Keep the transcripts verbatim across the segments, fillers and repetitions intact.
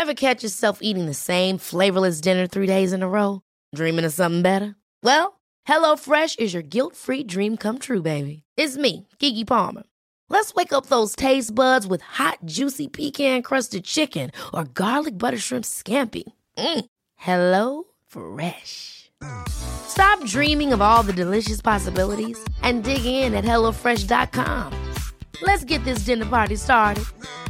Ever catch yourself eating the same flavorless dinner three days in a row? Dreaming of something better? Well, HelloFresh is your guilt-free dream come true, baby. It's me, Keke Palmer. Let's wake up those taste buds with hot, juicy pecan-crusted chicken or garlic butter shrimp scampi. Mm. Hello Fresh. Stop dreaming of all the delicious possibilities and dig in at hello fresh dot com. Let's get this dinner party started.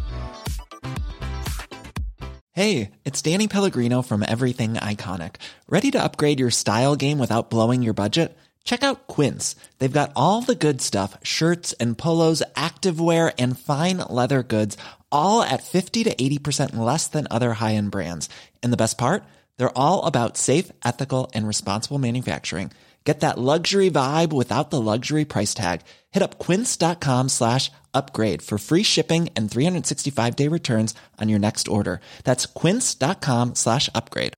Hey, it's Danny Pellegrino from Everything Iconic. Ready to upgrade your style game without blowing your budget? Check out Quince. They've got all the good stuff, shirts and polos, activewear, and fine leather goods, all at fifty to eighty percent less than other high-end brands. And the best part? They're all about safe, ethical, and responsible manufacturing. Get that luxury vibe without the luxury price tag. Hit up quince.com slash upgrade for free shipping and three sixty-five day returns on your next order. That's quince.com slash upgrade.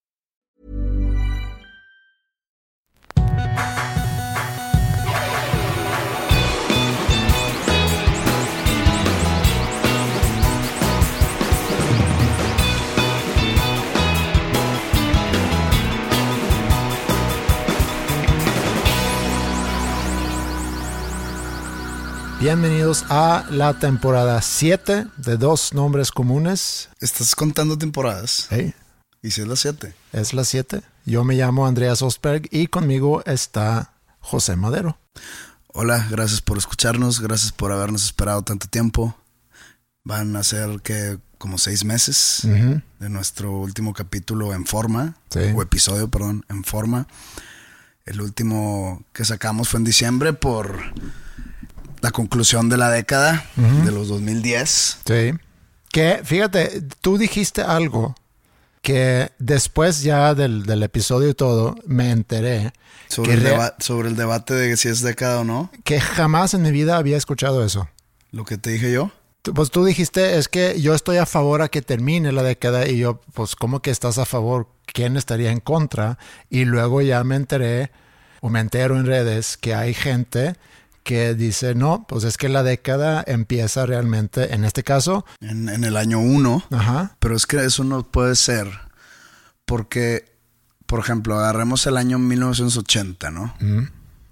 Bienvenidos a la temporada siete de Dos Nombres Comunes. ¿Estás contando temporadas? Hey. ¿Y si es la siete? Es la siete. Yo me llamo Andreas Osberg y conmigo está José Madero. Hola, gracias por escucharnos, gracias por habernos esperado tanto tiempo. Van a ser que como seis meses uh-huh. de nuestro último capítulo en forma, sí. o episodio, perdón, en forma. El último que sacamos fue en diciembre por la conclusión de la década uh-huh. de los dos mil diez. Sí. Que, fíjate, tú dijiste algo que después ya del, del episodio y todo, me enteré. Sobre, que el re- deba- sobre el debate de si es década o no. Que jamás en mi vida había escuchado eso. ¿Lo que te dije yo? Tú, pues tú dijiste, es que yo estoy a favor a que termine la década. Y yo, pues, ¿cómo que estás a favor? ¿Quién estaría en contra? Y luego ya me enteré, o me entero en redes, que hay gente que dice, no, pues es que la década empieza realmente, en este caso... En, en el año uno. Ajá. Pero es que eso no puede ser. Porque, por ejemplo, agarremos el año mil novecientos ochenta, ¿no? Mm.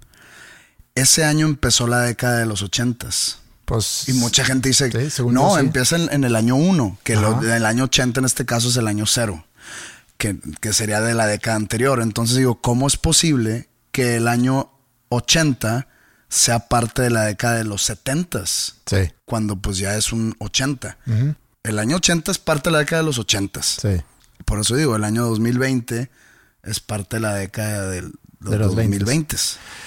Ese año empezó la década de los ochentas. Pues... Y mucha gente dice, sí, no, sí. empieza en, en el año uno, que lo, el año ochenta en este caso es el año cero, que, que sería de la década anterior. Entonces digo, ¿cómo es posible que el año ochenta... sea parte de la década de los setentas? Sí. Cuando pues ya es un ochenta. Uh-huh. El año ochenta es parte de la década de los ochentas. Sí. Por eso digo, el año dos mil veinte es parte de la década de los, de los dos mil veinte.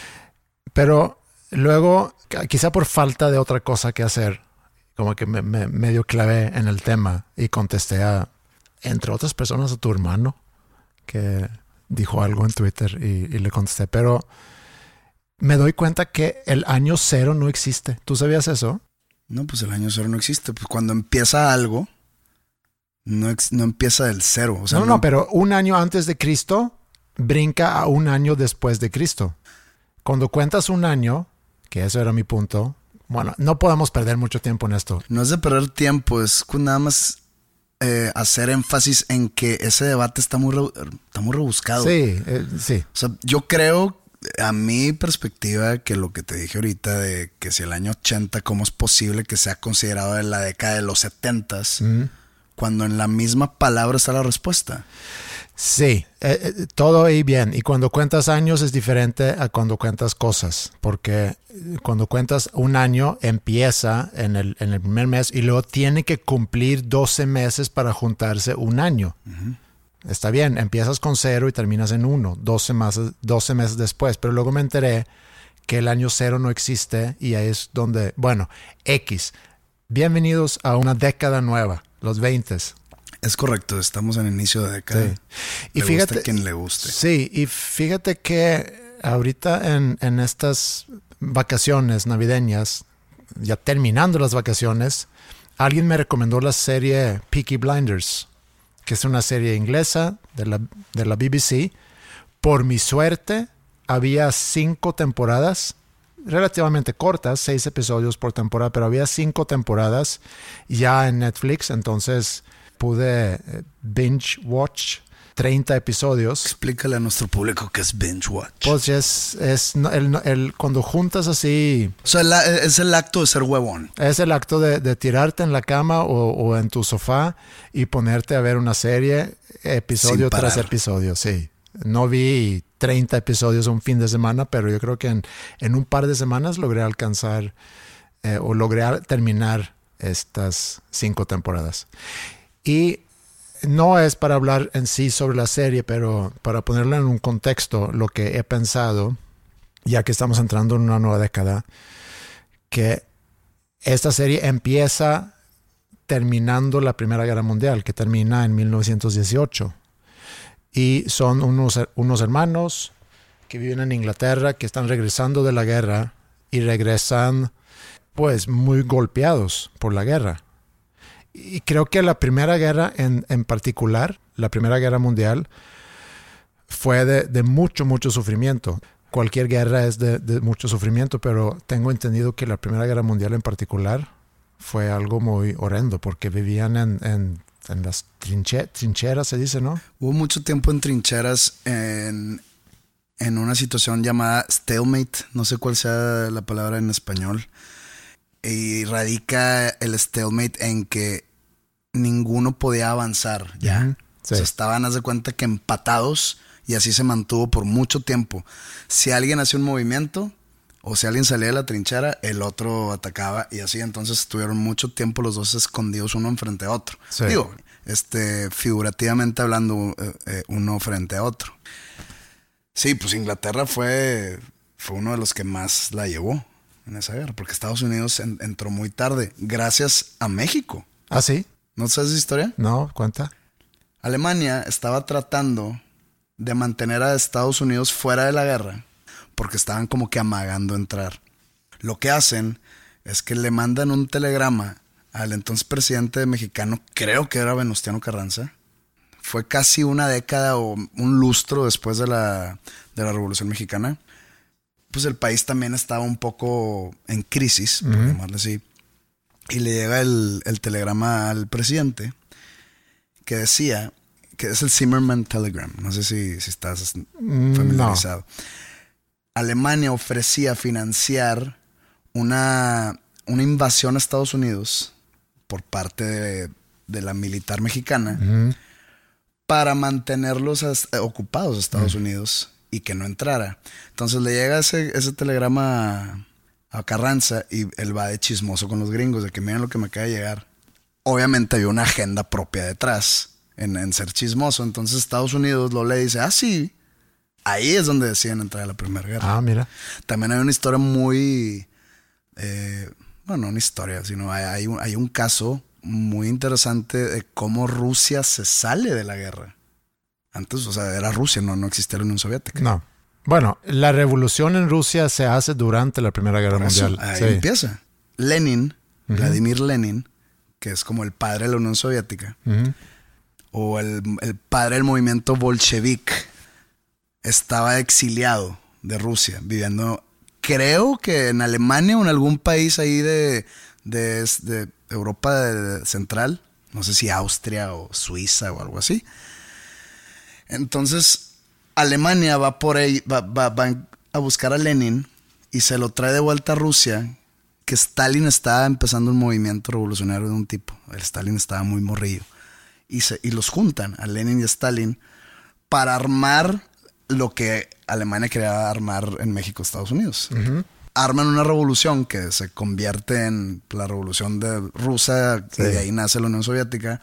Pero luego, quizá por falta de otra cosa que hacer, como que me, me medio clavé en el tema y contesté a, entre otras personas, a tu hermano, que dijo algo en Twitter y, y le contesté, pero... me doy cuenta que el año cero no existe. ¿Tú sabías eso? No, pues el año cero no existe. Pues cuando empieza algo, no, ex- no empieza del cero. O sea, no, no, no, pero un año antes de Cristo brinca a un año después de Cristo. Cuando cuentas un año, que eso era mi punto, bueno, no podemos perder mucho tiempo en esto. No es de perder tiempo, es nada más eh, hacer énfasis en que ese debate está muy, re- está muy rebuscado. Sí, eh, sí. O sea, yo creo... a mi perspectiva, que lo que te dije ahorita de que si el año ochenta, ¿cómo es posible que sea considerado de la década de los setentas? Mm. Cuando en la misma palabra está la respuesta. Sí, eh, eh, todo ahí bien. Y cuando cuentas años es diferente a cuando cuentas cosas. Porque cuando cuentas un año empieza en el, en el primer mes y luego tiene que cumplir doce meses para juntarse un año. Uh-huh. Está bien, empiezas con cero y terminas en uno, doce meses, doce meses después. Pero luego me enteré que el año cero no existe y ahí es donde, bueno, X. Bienvenidos a una década nueva, los veintes. Es correcto, estamos en inicio de década. Sí. Y le fíjate, guste a quien le guste. Sí, y fíjate que ahorita en, en estas vacaciones navideñas, ya terminando las vacaciones, alguien me recomendó la serie Peaky Blinders, que es una serie inglesa de la, de la B B C. Por mi suerte, había cinco temporadas, relativamente cortas, seis episodios por temporada, pero había cinco temporadas ya en Netflix. Entonces, pude binge watch treinta episodios. Explícale a nuestro público qué es binge watch. Pues es, es el, el, cuando juntas así... O sea, la, es el acto de ser huevón. Es el acto de, de tirarte en la cama o, o en tu sofá y ponerte a ver una serie episodio tras episodio, sí. No vi treinta episodios un fin de semana, pero yo creo que en, en un par de semanas logré alcanzar eh, o logré terminar estas cinco temporadas. Y no es para hablar en sí sobre la serie, pero para ponerla en un contexto, lo que he pensado, ya que estamos entrando en una nueva década, que esta serie empieza terminando la Primera Guerra Mundial, que termina en mil novecientos dieciocho. Y son unos, unos hermanos que viven en Inglaterra, que están regresando de la guerra y regresan pues muy golpeados por la guerra. Y creo que la Primera Guerra en, en particular, la Primera Guerra Mundial, fue de, de mucho, mucho sufrimiento. Cualquier guerra es de, de mucho sufrimiento, pero tengo entendido que la Primera Guerra Mundial en particular fue algo muy horrendo, porque vivían en, en, en las trinche, trincheras, se dice, ¿no? Hubo mucho tiempo en trincheras en, en una situación llamada stalemate, no sé cuál sea la palabra en español, y radica el stalemate en que ninguno podía avanzar ya. Uh-huh. Sí. O sea, estaban, haz de cuenta que empatados, y así se mantuvo por mucho tiempo. Si alguien hacía un movimiento o si alguien salía de la trinchera, el otro atacaba, y así. Entonces estuvieron mucho tiempo los dos escondidos uno enfrente a otro. Sí. Digo, este, figurativamente hablando, eh, eh, uno frente a otro. Sí, pues Inglaterra fue, fue uno de los que más la llevó en esa guerra, porque Estados Unidos en, entró muy tarde, gracias a México. ¿Ah, sí? ¿No sabes esa historia? No, cuenta. Alemania estaba tratando de mantener a Estados Unidos fuera de la guerra porque estaban como que amagando entrar. Lo que hacen es que le mandan un telegrama al entonces presidente mexicano, creo que era Venustiano Carranza. Fue casi una década o un lustro después de la, de la Revolución Mexicana. Pues el país también estaba un poco en crisis, por uh-huh. llamarle así. Y le llega el, el telegrama al presidente que decía, que es el Zimmerman Telegram, no sé si, si estás familiarizado. No. Alemania ofrecía financiar una, una invasión a Estados Unidos por parte de, de la militar mexicana uh-huh. para mantenerlos as, ocupados a Estados uh-huh. Unidos y que no entrara. Entonces le llega ese, ese telegrama a Carranza y él va de chismoso con los gringos de que miren lo que me acaba de llegar. Obviamente había una agenda propia detrás en, en ser chismoso. Entonces Estados Unidos lo lee y dice, ah, sí. Ahí es donde deciden entrar a la Primera Guerra. Ah, mira. También hay una historia muy... Eh, bueno, no una historia, sino hay, hay, un, hay un caso muy interesante de cómo Rusia se sale de la guerra. Antes, o sea, era Rusia, no, no existía la Unión Soviética. No. Bueno, la revolución en Rusia se hace durante la Primera Guerra Por eso, Mundial. Ahí sí. empieza. Lenin, uh-huh. Vladimir Lenin, que es como el padre de la Unión Soviética, uh-huh. o el, el padre del movimiento bolchevique, estaba exiliado de Rusia, viviendo, creo que en Alemania o en algún país ahí de, de, de Europa de, de Central, no sé si Austria o Suiza o algo así. Entonces Alemania va por ahí, va, va, va a buscar a Lenin y se lo trae de vuelta a Rusia, que Stalin estaba empezando un movimiento revolucionario de un tipo. El Stalin estaba muy morrillo. Y, se, y los juntan, a Lenin y a Stalin, para armar lo que Alemania quería armar en México, Estados Unidos. Uh-huh. Arman una revolución que se convierte en la revolución de rusa, sí. Y de ahí nace la Unión Soviética.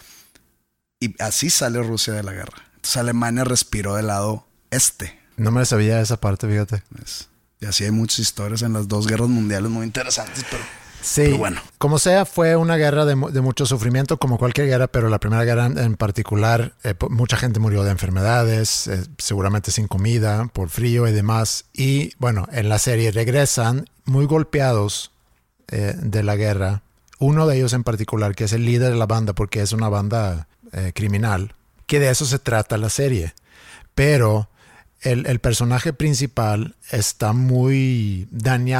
Y así sale Rusia de la guerra. Entonces Alemania respiró del lado este. No me sabía esa parte, fíjate. Es, y así hay muchas historias en las dos guerras mundiales muy interesantes, pero... Sí, pero bueno. Como sea, fue una guerra de, de mucho sufrimiento, como cualquier guerra, pero la Primera Guerra en, en particular, eh, mucha gente murió de enfermedades, eh, seguramente sin comida, por frío y demás. Y bueno, en la serie regresan muy golpeados eh, de la guerra. Uno de ellos en particular, que es el líder de la banda, porque es una banda eh, criminal, que de eso se trata la serie. Pero el, el personaje principal está muy dañado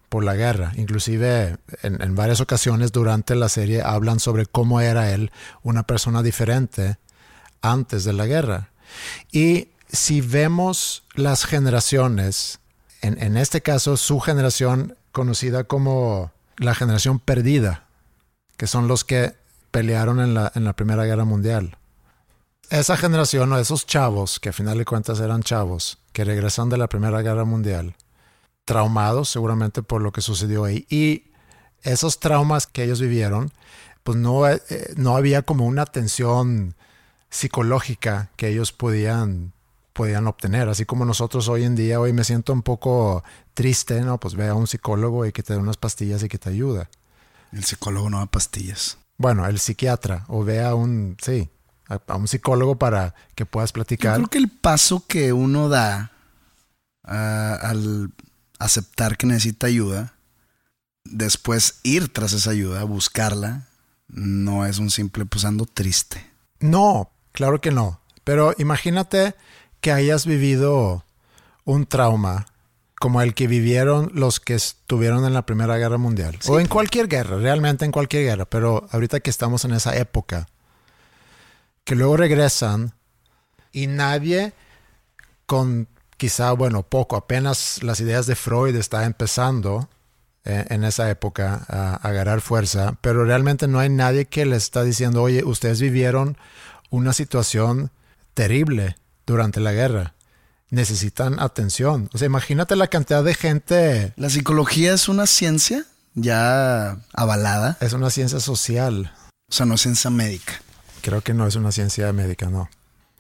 por la guerra. Inclusive en, en varias ocasiones durante la serie hablan sobre cómo era él una persona diferente antes de la guerra. Y si vemos las generaciones, en, en este caso su generación conocida como la generación perdida, que son los que pelearon en la, en la Primera Guerra Mundial. Esa generación, o esos chavos, que a final de cuentas eran chavos, que regresan de la Primera Guerra Mundial, traumados seguramente por lo que sucedió ahí. Y esos traumas que ellos vivieron, pues no, eh, no había como una atención psicológica que ellos podían, podían obtener. Así como nosotros hoy en día, hoy me siento un poco triste, ¿no? Pues ve a un psicólogo y que te dé unas pastillas y que te ayuda. El psicólogo no da pastillas. Bueno, el psiquiatra, o ve a un, sí, a, a un psicólogo para que puedas platicar. Yo creo que el paso que uno da uh, al aceptar que necesita ayuda, después ir tras esa ayuda, buscarla, no es un simple pues ando triste. No, claro que no. Pero imagínate que hayas vivido un trauma como el que vivieron los que estuvieron en la Primera Guerra Mundial. Sí. O en cualquier guerra, realmente en cualquier guerra. Pero ahorita que estamos en esa época, que luego regresan y nadie con quizá, bueno, poco, apenas las ideas de Freud está empezando eh, en esa época a, a agarrar fuerza, pero realmente no hay nadie que les está diciendo, oye, ustedes vivieron una situación terrible durante la guerra. Necesitan atención. O sea, imagínate la cantidad de gente. La psicología es una ciencia ya avalada. Es una ciencia social. O sea, no es ciencia médica. Creo que no es una ciencia médica, no.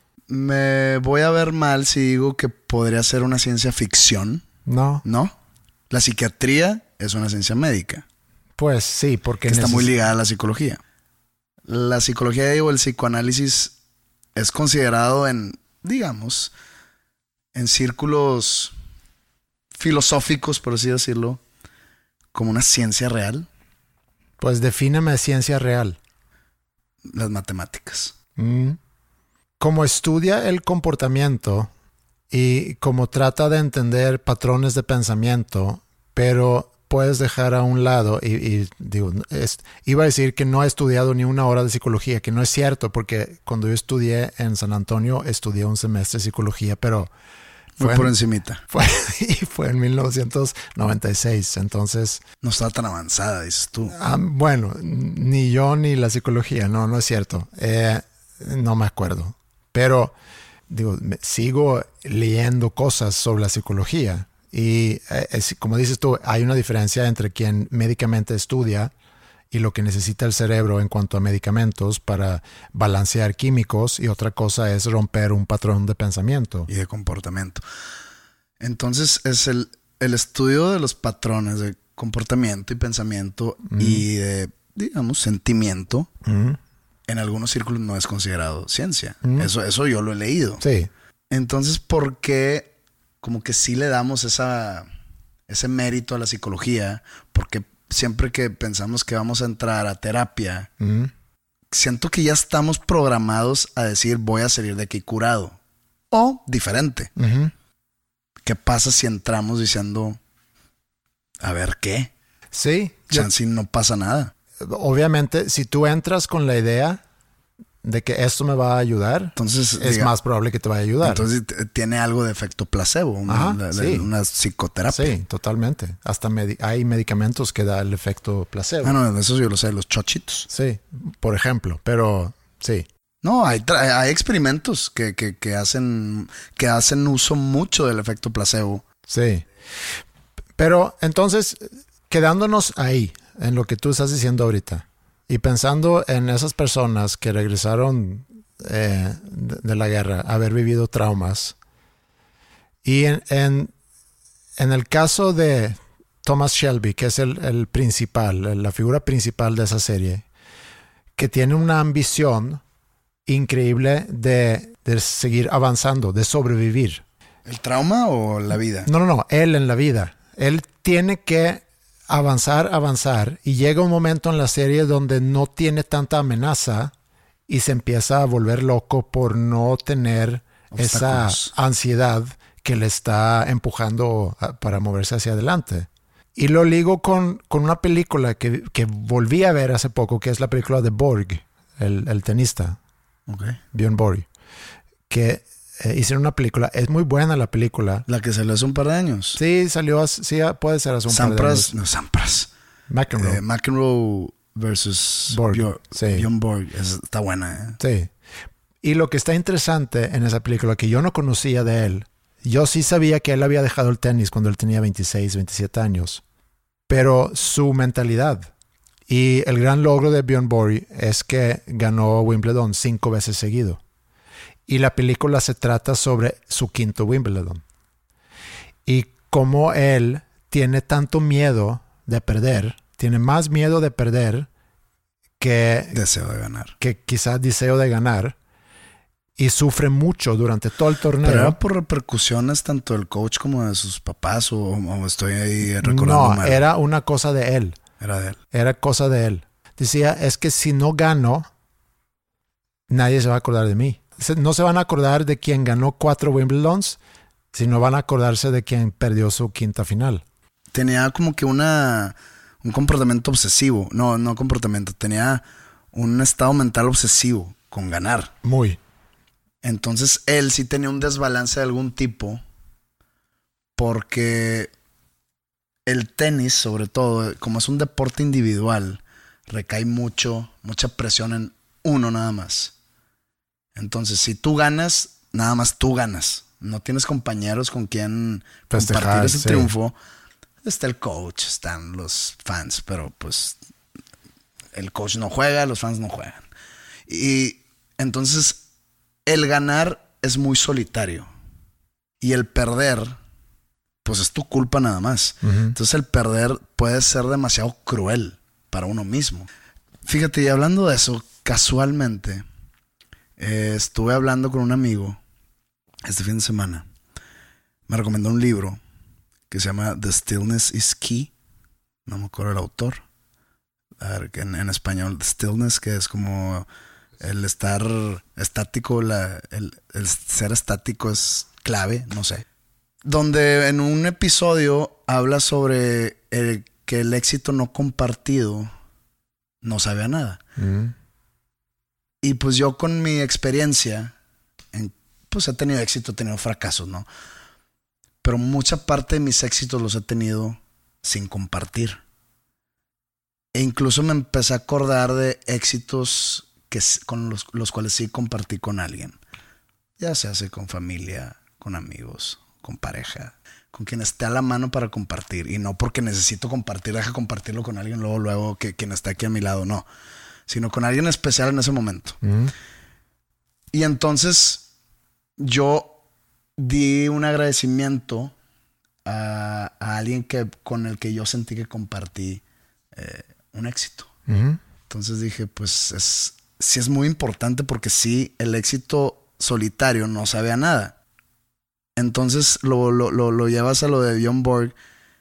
Me voy a ver mal si digo que podría ser una ciencia ficción. No. ¿No? La psiquiatría es una ciencia médica. Pues sí, porque... Que está neces- muy ligada a la psicología. La psicología o el psicoanálisis es considerado en, digamos, en círculos filosóficos, por así decirlo, como una ciencia real. Pues defíneme ciencia real. Las matemáticas. Mm. Como estudia el comportamiento y como trata de entender patrones de pensamiento, pero puedes dejar a un lado y, y digo, es, iba a decir que no he estudiado ni una hora de psicología, que no es cierto, porque cuando yo estudié en San Antonio estudié un semestre de psicología, pero fue por en, encimita. Fue, y fue en mil novecientos noventa y seis, entonces... No estaba tan avanzada, dices tú. Ah, bueno, ni yo ni la psicología, no, no es cierto. Eh, no me acuerdo. Pero, digo, me, sigo leyendo cosas sobre la psicología. Y eh, es, como dices tú, hay una diferencia entre quien médicamente estudia y lo que necesita el cerebro en cuanto a medicamentos para balancear químicos, y otra cosa es romper un patrón de pensamiento. Y de comportamiento. Entonces es el, el estudio de los patrones de comportamiento y pensamiento mm. y de, digamos, sentimiento. Mm. En algunos círculos no es considerado ciencia. Mm. Eso, eso yo lo he leído. Sí. Entonces, ¿por qué como que sí le damos esa, ese mérito a la psicología? Porque siempre que pensamos que vamos a entrar a terapia, mm. siento que ya estamos programados a decir voy a salir de aquí curado. O diferente. Mm-hmm. ¿Qué pasa si entramos diciendo a ver qué? Sí. Chance no pasa nada. Obviamente, si tú entras con la idea de que esto me va a ayudar, entonces es diga, más probable que te vaya a ayudar. Entonces tiene algo de efecto placebo, una, Ajá, de, sí. de una psicoterapia. Sí, totalmente. Hasta medi- hay medicamentos que dan el efecto placebo. Ah, no, eso yo lo sé, los chochitos. Sí, por ejemplo, pero sí. No, hay, tra- hay experimentos que, que, que, hacen, que hacen uso mucho del efecto placebo. Sí. Pero entonces, quedándonos ahí, en lo que tú estás diciendo ahorita, y pensando en esas personas que regresaron eh, de, de la guerra, haber vivido traumas, y en, en, en el caso de Thomas Shelby, que es el, el principal, la figura principal de esa serie, que tiene una ambición increíble de, de seguir avanzando, de sobrevivir. ¿El trauma o la vida? No, no, no, él en la vida. Él tiene que avanzar, avanzar, y llega un momento en la serie donde no tiene tanta amenaza y se empieza a volver loco por no tener obstáculos, esa ansiedad que le está empujando a, para moverse hacia adelante. Y lo ligo con, con una película que, que volví a ver hace poco, que es la película de Borg, el, el tenista. Okay. Bjorn Borg. Que eh, hicieron una película. Es muy buena la película. La que salió hace un par de años. Sí, salió hace, sí, puede ser hace un Sampras, par de años. No, Sampras. McEnroe. Eh, McEnroe versus Borg. Bjorn, Sí. Bjorn Borg. Es, está buena, ¿eh? Sí. Y lo que está interesante en esa película, que yo no conocía de él, yo sí sabía que él había dejado el tenis cuando él tenía veintiséis, veintisiete años. Pero su mentalidad y el gran logro de Bjorn Borg es que ganó Wimbledon cinco veces seguido. Y la película se trata sobre su quinto Wimbledon. Y cómo él tiene tanto miedo de perder, tiene más miedo de perder que... Deseo de ganar. Que quizás deseo de ganar. Y sufre mucho durante todo el torneo. ¿Pero era por repercusiones tanto del coach como de sus papás? ¿O, o estoy ahí recordando No, mal? Era una cosa de él. Era de él. Era cosa de él. Decía, es que si no gano, nadie se va a acordar de mí. No se van a acordar de quien ganó cuatro Wimbledons, sino van a acordarse de quien perdió su quinta final. Tenía como que una un comportamiento obsesivo. No, no comportamiento. Tenía un estado mental obsesivo con ganar. Muy. Entonces él sí tenía un desbalance de algún tipo, porque el tenis, sobre todo, como es un deporte individual, recae mucho, mucha presión en uno nada más. Entonces, si tú ganas, nada más tú ganas. No tienes compañeros con quien Festejar, compartir ese sí. triunfo. Está el coach, están los fans, pero pues el coach no juega, los fans no juegan. Y entonces el ganar es muy solitario y el perder pues es tu culpa nada más. Uh-huh. Entonces el perder puede ser demasiado cruel para uno mismo. Fíjate, y hablando de eso, casualmente eh, estuve hablando con un amigo este fin de semana. Me recomendó un libro que se llama The Stillness is Key. No me acuerdo el autor. A ver, en, en español, The Stillness, que es como el estar estático, la, el, el ser estático es clave, no sé. Donde en un episodio habla sobre el, que el éxito no compartido no sabe a nada. Mm. Y pues yo con mi experiencia, en, pues he tenido éxito, he tenido fracasos, ¿no? Pero mucha parte de mis éxitos los he tenido sin compartir. E incluso me empecé a acordar de éxitos que, con los, los cuales sí compartí con alguien. Ya se hace con familia, con amigos, con pareja, con quien esté a la mano para compartir. Y no porque necesito compartir, deja compartirlo con alguien luego, luego que quien está aquí a mi lado, no. Sino con alguien especial en ese momento. Mm. Y entonces yo di un agradecimiento a, a alguien que, con el que yo sentí que compartí eh, un éxito. Mm. Entonces dije, pues es, sí es muy importante porque sí, el éxito solitario no sabe a nada. Entonces lo, lo, lo, lo llevas a lo de Bjorn Borg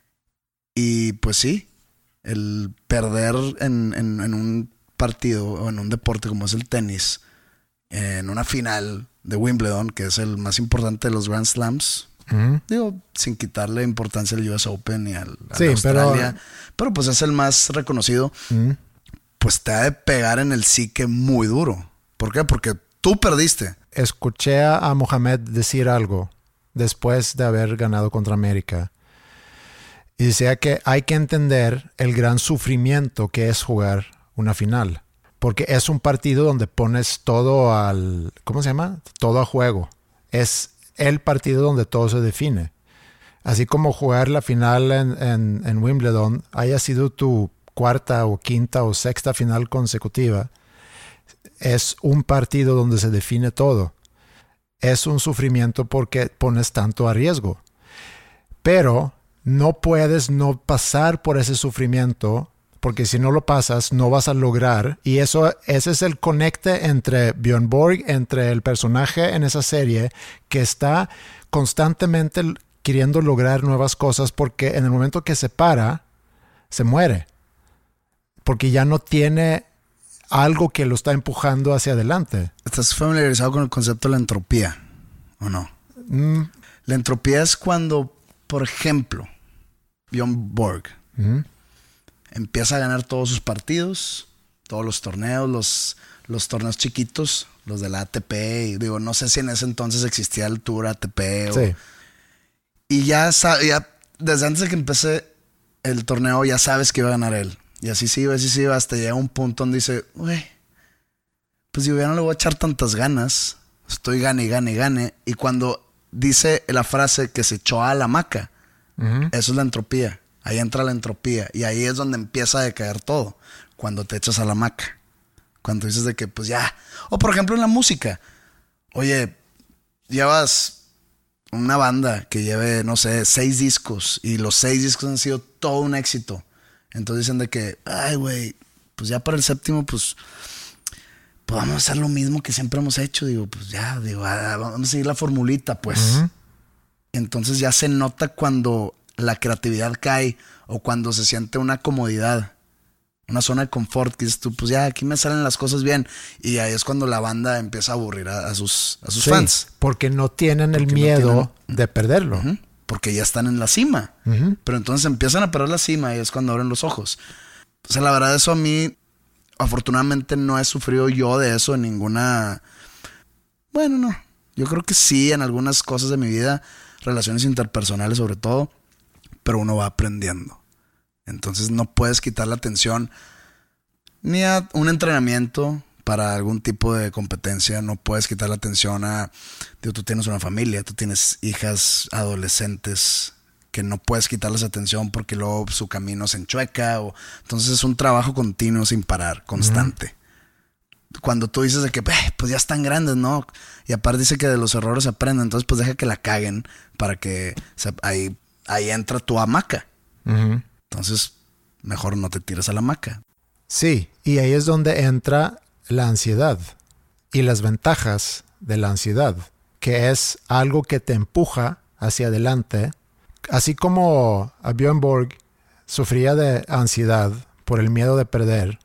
y pues sí, el perder en, en, en un partido o en un deporte como es el tenis, en una final de Wimbledon, que es el más importante de los Grand Slams, uh-huh. digo, sin quitarle importancia al U S Open y al, a sí, Australia, pero... pero pues es el más reconocido, uh-huh. pues te ha de pegar en el psique muy duro. ¿Por qué? Porque tú perdiste. Escuché a Mohamed decir algo después de haber ganado contra América. Y decía que hay que entender el gran sufrimiento que es jugar una final. Porque es un partido donde pones todo al... ¿Cómo se llama? Todo a juego. Es el partido donde todo se define. Así como jugar la final en, en, en Wimbledon haya sido tu cuarta o quinta o sexta final consecutiva, es un partido donde se define todo. Es un sufrimiento porque pones tanto a riesgo. Pero no puedes no pasar por ese sufrimiento, porque si no lo pasas, no vas a lograr. Y eso, ese es el conecte entre Bjorn Borg, entre el personaje en esa serie, que está constantemente queriendo lograr nuevas cosas, porque en el momento que se para, se muere. Porque ya no tiene algo que lo está empujando hacia adelante. ¿Estás familiarizado con el concepto de la entropía o no? Mm. La entropía es cuando, por ejemplo, Bjorn Borg Uh-huh. Empieza a ganar todos sus partidos, todos los torneos, los, los torneos chiquitos, los de la A T P. Y digo, no sé si en ese entonces existía el Tour A T P. O, sí. Y ya, ya desde antes de que empecé el torneo ya sabes que iba a ganar él. Y así sí iba, así sí iba, hasta llega un punto donde dice, güey, pues yo ya no le voy a echar tantas ganas. Estoy gane y gane y gane. Y cuando dice la frase que se echó a la hamaca, uh-huh. Eso es la entropía. Ahí entra la entropía. Y ahí es donde empieza a decaer todo. Cuando te echas a la hamaca. Cuando dices de que pues ya. O por ejemplo en la música. Oye, llevas una banda que lleve, no sé, seis discos. Y los seis discos han sido todo un éxito. Entonces dicen de que, ay güey, pues ya para el séptimo pues... pues vamos a hacer lo mismo que siempre hemos hecho. Digo, pues ya, digo, vamos a seguir la formulita, pues. Uh-huh. Entonces ya se nota cuando la creatividad cae o cuando se siente una comodidad, una zona de confort, que dices tú, pues ya, aquí me salen las cosas bien. Y ahí es cuando la banda empieza a aburrir a, a sus, a sus sí, fans. Porque no tienen porque el miedo no tienen, de perderlo. Uh-huh, porque ya están en la cima. Uh-huh. Pero entonces empiezan a perder la cima y es cuando abren los ojos. O sea, la verdad, eso a mí... afortunadamente no he sufrido yo de eso en ninguna... Bueno, no. Yo creo que sí, en algunas cosas de mi vida, relaciones interpersonales sobre todo, pero uno va aprendiendo. Entonces no puedes quitar la atención ni a un entrenamiento para algún tipo de competencia, no puedes quitar la atención a... Digo, tú tienes una familia, tú tienes hijas adolescentes... que no puedes quitarles atención porque luego su camino se enchueca. O... Entonces es un trabajo continuo sin parar, constante. Uh-huh. Cuando tú dices de que eh, pues ya están grandes, ¿no? Y aparte dice que de los errores se aprenden. Entonces pues deja que la caguen para que se... ahí, ahí entra tu hamaca. Uh-huh. Entonces mejor no te tires a la hamaca. Sí, y ahí es donde entra la ansiedad y las ventajas de la ansiedad, que es algo que te empuja hacia adelante. Así como Björn Borg sufría de ansiedad por el miedo de perder,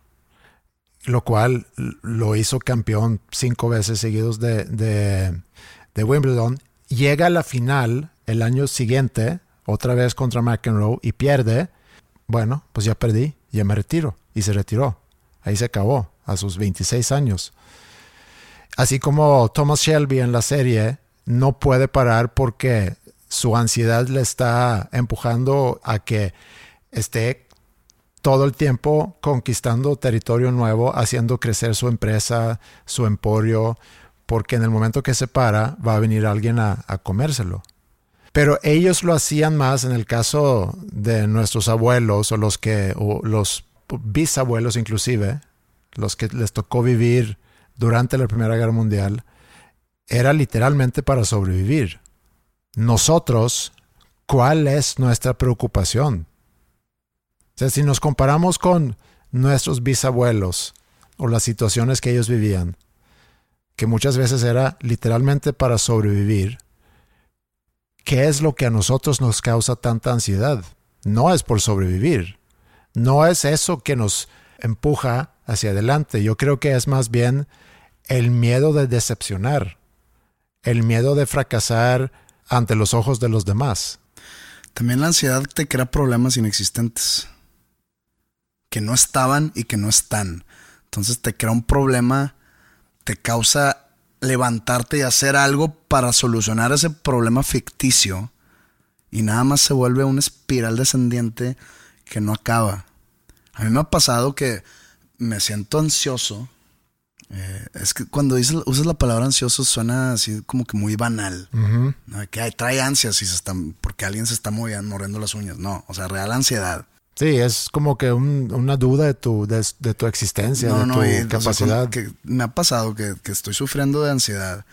lo cual lo hizo campeón cinco veces seguidos de, de, de Wimbledon, llega a la final el año siguiente, otra vez contra McEnroe, y pierde. Bueno, pues ya perdí, ya me retiro. Y se retiró. Ahí se acabó, a sus veintiséis años. Así como Thomas Shelby en la serie no puede parar porque... su ansiedad le está empujando a que esté todo el tiempo conquistando territorio nuevo, haciendo crecer su empresa, su emporio, porque en el momento que se para va a venir alguien a, a comérselo. Pero ellos lo hacían más en el caso de nuestros abuelos o los que o los bisabuelos inclusive, los que les tocó vivir durante la Primera Guerra Mundial, era literalmente para sobrevivir. Nosotros, ¿cuál es nuestra preocupación? O sea, si nos comparamos con nuestros bisabuelos o las situaciones que ellos vivían, que muchas veces era literalmente para sobrevivir, ¿qué es lo que a nosotros nos causa tanta ansiedad? No es por sobrevivir. No es eso que nos empuja hacia adelante. Yo creo que es más bien el miedo de decepcionar, el miedo de fracasar ante los ojos de los demás. También la ansiedad te crea problemas inexistentes, que no estaban y que no están. Entonces te crea un problema, te causa levantarte y hacer algo para solucionar ese problema ficticio, y nada más se vuelve una espiral descendiente que no acaba. A mí me ha pasado que me siento ansioso. Eh, es que cuando dices, usas la palabra ansioso suena así como que muy banal. Uh-huh. ¿No? Que ay, trae ansias y se está, porque alguien se está moviendo, mordiendo las uñas. No, o sea, real ansiedad. Sí, es como que un, una duda de tu, de, de tu existencia, no, de no, tu y, capacidad. O sea, que me ha pasado que, que estoy sufriendo de ansiedad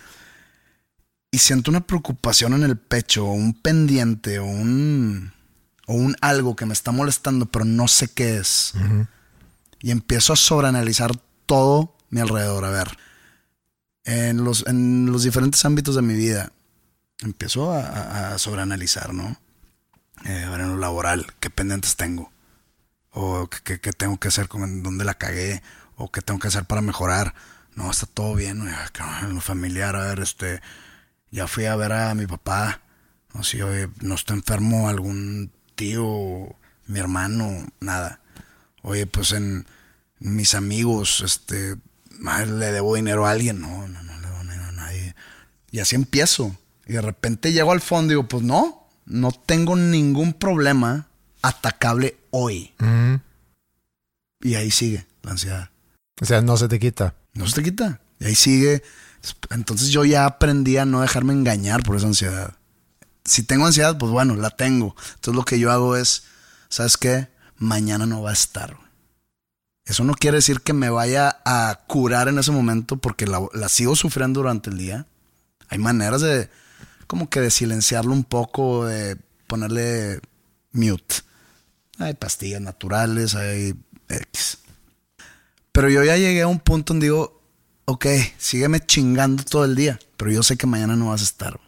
y siento una preocupación en el pecho, o un pendiente, o un, o un algo que me está molestando, pero no sé qué es. Uh-huh. Y empiezo a sobreanalizar todo mi alrededor. A ver, en los, en los diferentes ámbitos de mi vida empiezo a, a, a sobreanalizar, ¿no? Eh, a ver, en lo laboral, qué pendientes tengo, o qué, qué, qué tengo que hacer, con dónde la cagué, o qué tengo que hacer para mejorar. No, está todo bien. En lo familiar, a ver, este, ya fui a ver a mi papá, no sé, oye, no está enfermo algún tío, Mi hermano, nada. Oye, pues en mis amigos, este, le debo dinero a alguien. No, no, no le debo dinero a nadie. Y así empiezo. Y de repente llego al fondo y digo, pues no, no tengo ningún problema atacable hoy. Uh-huh. Y ahí sigue la ansiedad. O sea, no se te quita. No se te quita. Y ahí sigue. Entonces yo ya aprendí a no dejarme engañar por esa ansiedad. Si tengo ansiedad, pues bueno, la tengo. Entonces lo que yo hago es, ¿sabes qué? Mañana no va a estar. Eso no quiere decir que me vaya a curar en ese momento porque la, la sigo sufriendo durante el día. Hay maneras de, como que de silenciarlo un poco, de ponerle mute. Hay pastillas naturales, hay X. Pero yo ya llegué a un punto donde digo, ok, sígueme chingando todo el día, pero yo sé que mañana no vas a estar.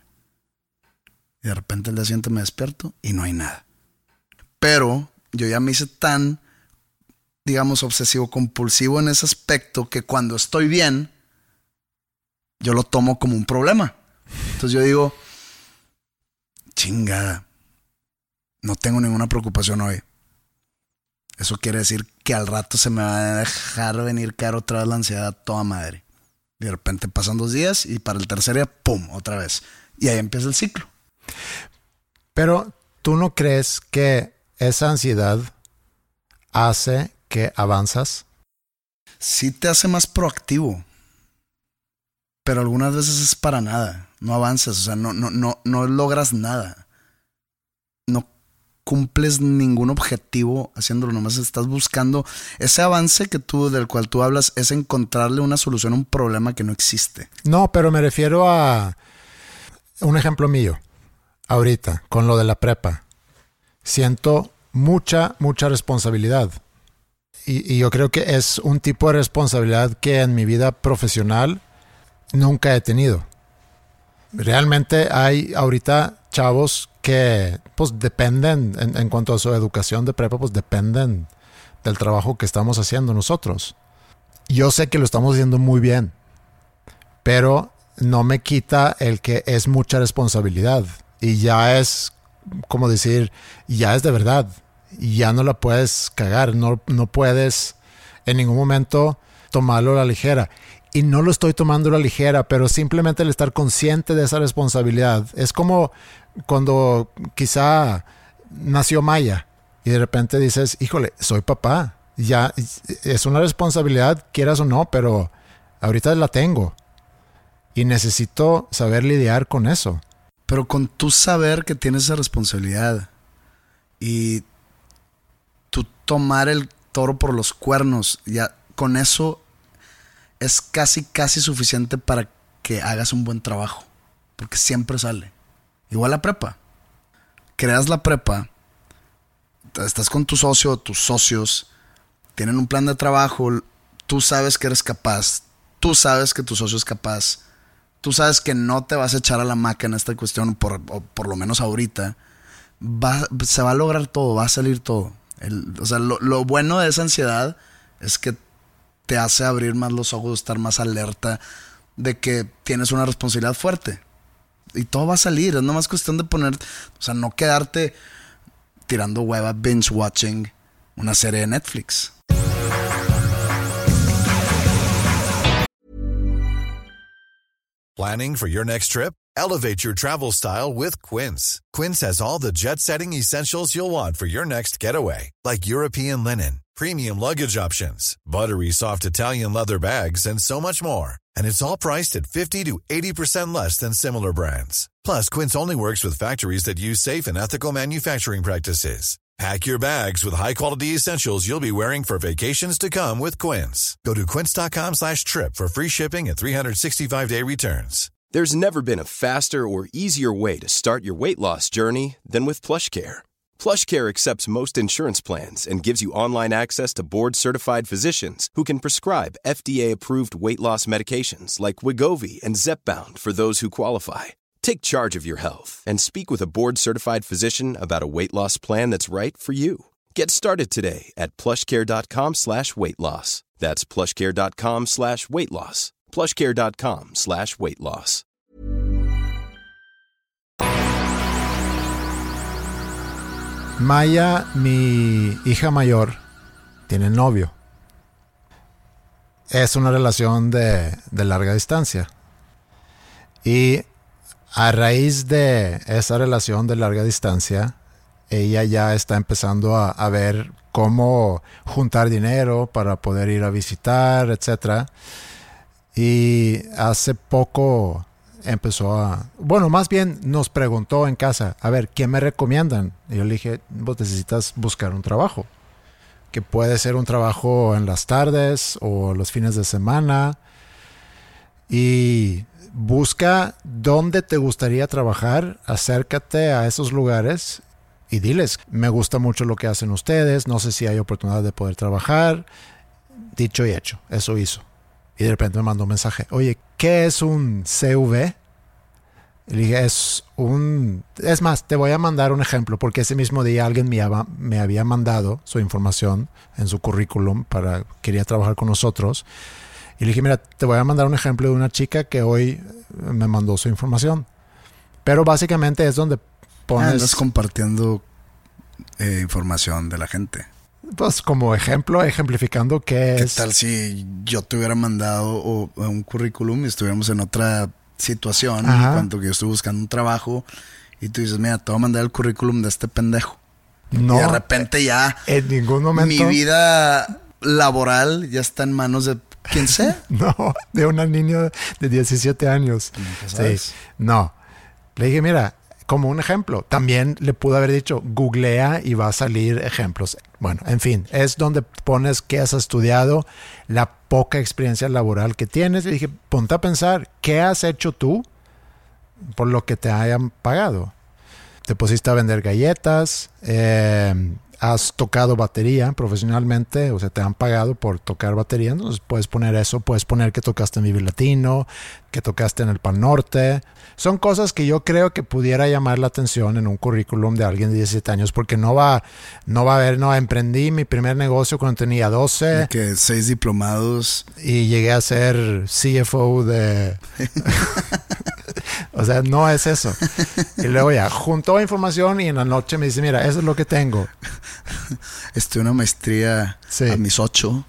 Y de repente el día siguiente me despierto y no hay nada. Pero yo ya me hice tan, digamos, obsesivo compulsivo en ese aspecto que cuando estoy bien, yo lo tomo como un problema. Entonces yo digo, chingada, no tengo ninguna preocupación hoy. Eso quiere decir que al rato se me va a dejar venir caro otra vez la ansiedad a toda madre. De repente pasan dos días y para el tercer día, ¡pum!, otra vez. Y ahí empieza el ciclo. Pero, ¿tú no crees que esa ansiedad hace que avanzas? Sí te hace más proactivo. Pero algunas veces es para nada. No avanzas, o sea, no, no, no, no logras nada. No cumples ningún objetivo haciéndolo, nomás estás buscando ese avance que tú, del cual tú hablas, es encontrarle una solución a un problema que no existe. No, pero me refiero a un ejemplo mío. Ahorita, con lo de la prepa, siento mucha, mucha responsabilidad. Y, y yo creo que es un tipo de responsabilidad que en mi vida profesional nunca he tenido. Realmente hay ahorita chavos que pues dependen, en, en cuanto a su educación de prepa, pues dependen del trabajo que estamos haciendo nosotros. Yo sé que lo estamos haciendo muy bien, pero no me quita el que es mucha responsabilidad. Y ya es, como decir, ya es de verdad. Y ya no la puedes cagar. No, no puedes en ningún momento tomarlo a la ligera. Y no lo estoy tomando a la ligera, pero simplemente el estar consciente de esa responsabilidad. Es como cuando quizá nació Maya y de repente dices, híjole, soy papá. Ya es una responsabilidad, quieras o no, pero ahorita la tengo. Y necesito saber lidiar con eso. Pero con tu saber que tienes esa responsabilidad y tú tomar el toro por los cuernos, ya con eso es casi, casi suficiente para que hagas un buen trabajo. Porque siempre sale. Igual la prepa. Creas la prepa, estás con tu socio o tus socios, tienen un plan de trabajo, tú sabes que eres capaz, tú sabes que tu socio es capaz. Tú sabes que no te vas a echar a la maca en esta cuestión, por, o por lo menos ahorita. Va, se va a lograr todo, va a salir todo. El, o sea, lo, lo bueno de esa ansiedad es que te hace abrir más los ojos, estar más alerta de que tienes una responsabilidad fuerte. Y todo va a salir, es nomás cuestión de poner, o sea, no quedarte tirando hueva, binge watching una serie de Netflix. Planning for your next trip? Elevate your travel style with Quince. Quince has all the jet-setting essentials you'll want for your next getaway, like European linen, premium luggage options, buttery soft Italian leather bags, and so much more. And it's all priced at fifty to eighty percent less than similar brands. Plus, Quince only works with factories that use safe and ethical manufacturing practices. Pack your bags with high-quality essentials you'll be wearing for vacations to come with Quince. Go to quince.com slash trip for free shipping and three sixty-five day returns. There's never been a faster or easier way to start your weight loss journey than with PlushCare. PlushCare accepts most insurance plans and gives you online access to board-certified physicians who can prescribe F D A-approved weight loss medications like Wegovy and Zepbound for those who qualify. Take charge of your health and speak with a board-certified physician about a weight loss plan that's right for you. Get started today at plushcare.com slash weight loss. That's plushcare.com slash weight loss. plushcare.com slash weight loss. Maya, mi hija mayor, tiene novio. Es una relación de, de larga distancia. Y a raíz de esa relación de larga distancia, ella ya está empezando a, a ver cómo juntar dinero para poder ir a visitar, etcétera. Y hace poco empezó a... Bueno, más bien nos preguntó en casa, a ver, ¿qué me recomiendan? Y yo le dije, vos necesitas buscar un trabajo. Que puede ser un trabajo en las tardes o los fines de semana. Y busca dónde te gustaría trabajar, acércate a esos lugares y diles, me gusta mucho lo que hacen ustedes, no sé si hay oportunidad de poder trabajar. Dicho y hecho, eso hizo. Y de repente me mandó un mensaje, oye, ¿qué es un C V? Y le dije, es un... Es más, te voy a mandar un ejemplo, porque ese mismo día alguien me, había, me había mandado su información en su currículum para... Quería trabajar con nosotros. Y le dije, mira, te voy a mandar un ejemplo de una chica que hoy me mandó su información. Pero básicamente es donde pones... Ah, andas compartiendo eh, información de la gente. Pues como ejemplo, ejemplificando qué, ¿Qué es... ¿Qué tal si yo te hubiera mandado o, un currículum y estuviéramos en otra situación, en cuanto que yo estoy buscando un trabajo y tú dices, mira, te voy a mandar el currículum de este pendejo? No. Y de repente ya... En ningún momento... Mi vida laboral ya está en manos de... ¿Quién sea? No, de una niña de diecisiete años. Sí, no. Le dije, mira, como un ejemplo. También le pude haber dicho, googlea y va a salir ejemplos. Bueno, en fin, es donde pones qué has estudiado, la poca experiencia laboral que tienes. Y dije, ponte a pensar, ¿qué has hecho tú por lo que te hayan pagado? Te pusiste a vender galletas, eh... has tocado batería profesionalmente, o sea, te han pagado por tocar batería, entonces puedes poner eso, puedes poner que tocaste en Vive Latino, que tocaste en el Pal Norte. Son cosas que yo creo que pudiera llamar la atención en un currículum de alguien de diecisiete años, porque no va, no va a haber, no, emprendí mi primer negocio cuando tenía doce. Y que seis diplomados. Y llegué a ser C F O de... O sea, no es eso. Y luego ya juntó información y en la noche me dice, mira, eso es lo que tengo. Estudié una maestría sí. a mis ocho.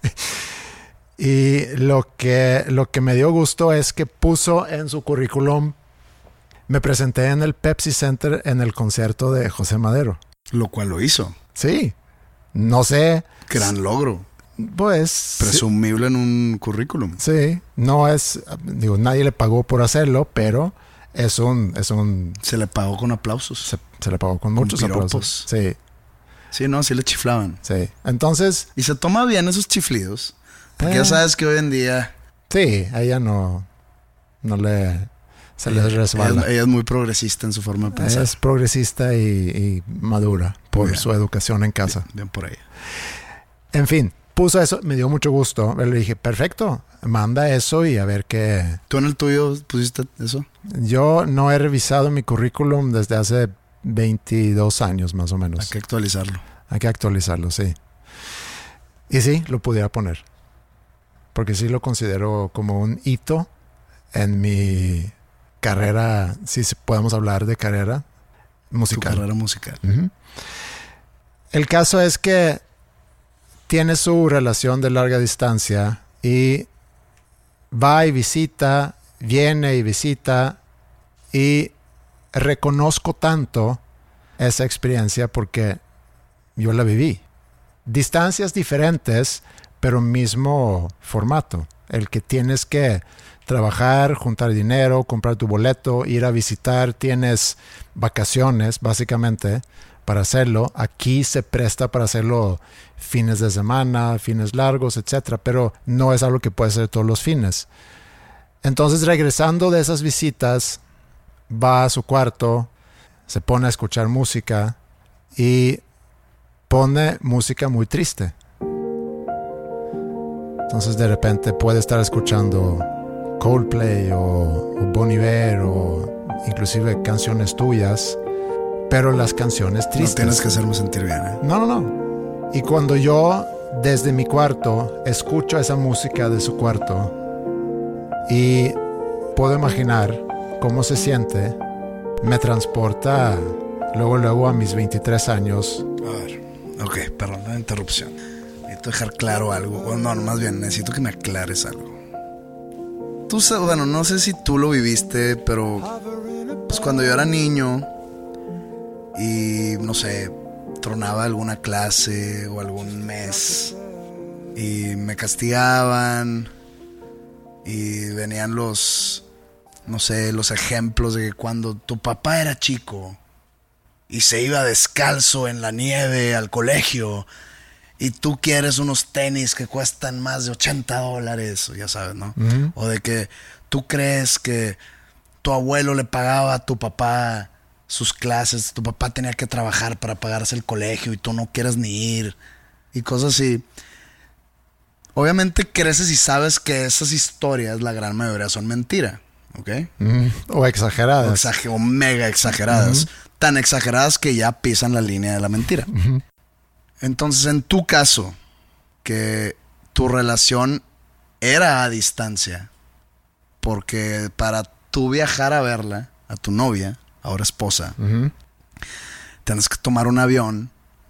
Y lo que, lo que me dio gusto es que puso en su currículum, me presenté en el Pepsi Center en el concierto de José Madero. Lo cual lo hizo. Sí. No sé. Gran logro. Pues... Presumible sí. En un currículum. Sí. No es... Digo, nadie le pagó por hacerlo, pero es un... Es un se le pagó con aplausos. Se, se le pagó con, con muchos piropos. aplausos. Sí. Sí, no, sí le chiflaban. Sí. Entonces... Y se toma bien esos chiflidos. Porque eh, ya sabes que hoy en día... Sí, a ella no... No le... Se le resbala. Ella, ella es muy progresista en su forma de pensar. Es progresista y, y madura por bien. Su educación en casa. Bien, bien por ella. En fin, puso eso. Me dio mucho gusto. Le dije, perfecto, manda eso y a ver qué... ¿Tú en el tuyo pusiste eso? Yo no he revisado mi currículum desde hace veintidós años más o menos. Hay que actualizarlo. Hay que actualizarlo, sí. Y sí, lo pudiera poner. Porque sí lo considero como un hito en mi... carrera, si sí, podemos hablar de carrera musical. Tu carrera musical. Uh-huh. El caso es que tiene su relación de larga distancia y va y visita, viene y visita y reconozco tanto esa experiencia porque yo la viví. Distancias diferentes, pero mismo formato. El que tienes que trabajar, juntar dinero, comprar tu boleto, ir a visitar, tienes vacaciones básicamente para hacerlo. Aquí se presta para hacerlo fines de semana, fines largos, etcétera, pero no es algo que puede ser todos los fines. Entonces, regresando de esas visitas, va a su cuarto, se pone a escuchar música y pone música muy triste. Entonces, de repente puede estar escuchando Coldplay o, o Bon Iver o inclusive canciones tuyas, pero las canciones tristes. No tienes que hacerme sentir bien, ¿eh? No, no, no. Y cuando yo desde mi cuarto escucho esa música de su cuarto y puedo imaginar cómo se siente, me transporta luego, luego a mis veintitrés años. A ver, ok, perdón la interrupción. Necesito dejar claro algo. O no, más bien, necesito que me aclares algo. Tú, bueno, no sé si tú lo viviste, pero pues cuando yo era niño y, no sé, tronaba alguna clase o algún mes y me castigaban y venían los, no sé, los ejemplos de que cuando tu papá era chico y se iba descalzo en la nieve al colegio y tú quieres unos tenis que cuestan más de ochenta dólares, ya sabes, ¿no? Uh-huh. O de que tú crees que tu abuelo le pagaba a tu papá sus clases, tu papá tenía que trabajar para pagarse el colegio y tú no quieres ni ir y cosas así. Obviamente creces y sabes que esas historias, la gran mayoría son mentira, ¿ok? Mm, o exageradas. O, exager- o mega exageradas. Uh-huh. Tan exageradas que ya pisan la línea de la mentira. Uh-huh. Entonces, en tu caso, que tu relación era a distancia, porque para tú viajar a verla, a tu novia, ahora esposa, uh-huh, tienes que tomar un avión,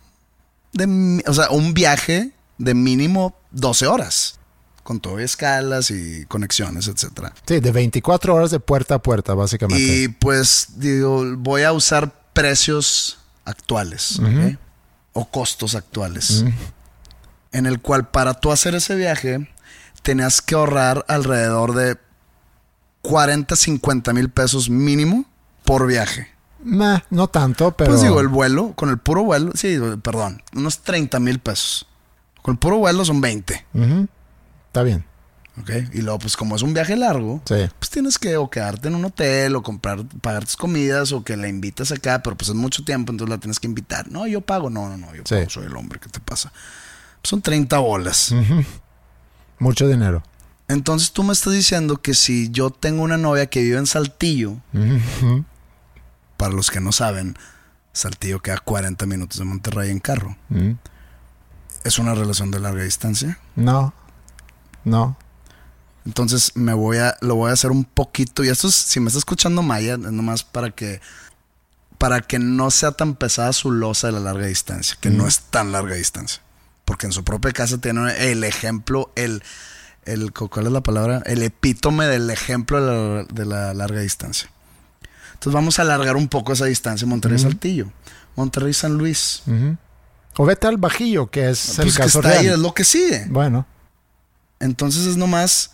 de, o sea, un viaje de mínimo doce horas, con todo y escalas y conexiones, etcétera. Sí, de veinticuatro horas de puerta a puerta, básicamente. Y pues, digo, voy a usar precios actuales, uh-huh, ¿okay? O costos actuales, uh-huh, en el cual para tú hacer ese viaje tenías que ahorrar alrededor de cuarenta, cincuenta mil pesos mínimo por viaje. Nah, no tanto, pero... Pues digo, el vuelo, con el puro vuelo, sí, perdón, unos treinta mil pesos. Con el puro vuelo son veinte. Uh-huh. Está bien. Ok, y luego pues como es un viaje largo, sí, pues tienes que o quedarte en un hotel o comprar, pagar tus comidas o que la invitas acá, pero pues es mucho tiempo, entonces la tienes que invitar. No, yo pago, no, no, no, yo sí. pago, soy el hombre, ¿qué te pasa? Pues son treinta bolas. Uh-huh. Mucho dinero. Entonces tú me estás diciendo que si yo tengo una novia que vive en Saltillo, uh-huh, para los que no saben, Saltillo queda cuarenta minutos de Monterrey en carro. Uh-huh. ¿Es una relación de larga distancia? No, no. Entonces me voy a, lo voy a hacer un poquito. Y esto es, si me está escuchando Maya, es nomás para que, para que no sea tan pesada su losa de la larga distancia, que mm. no es tan larga distancia. Porque en su propia casa tiene el ejemplo, el, el, ¿cuál es la palabra? El epítome del ejemplo de la, de la larga distancia. Entonces vamos a alargar un poco esa distancia, Monterrey-Saltillo, mm. Monterrey-San Luis. Mm-hmm. O vete al Bajío, que es pues el caso que está real. Ahí, es lo que sigue. Bueno. Entonces es nomás...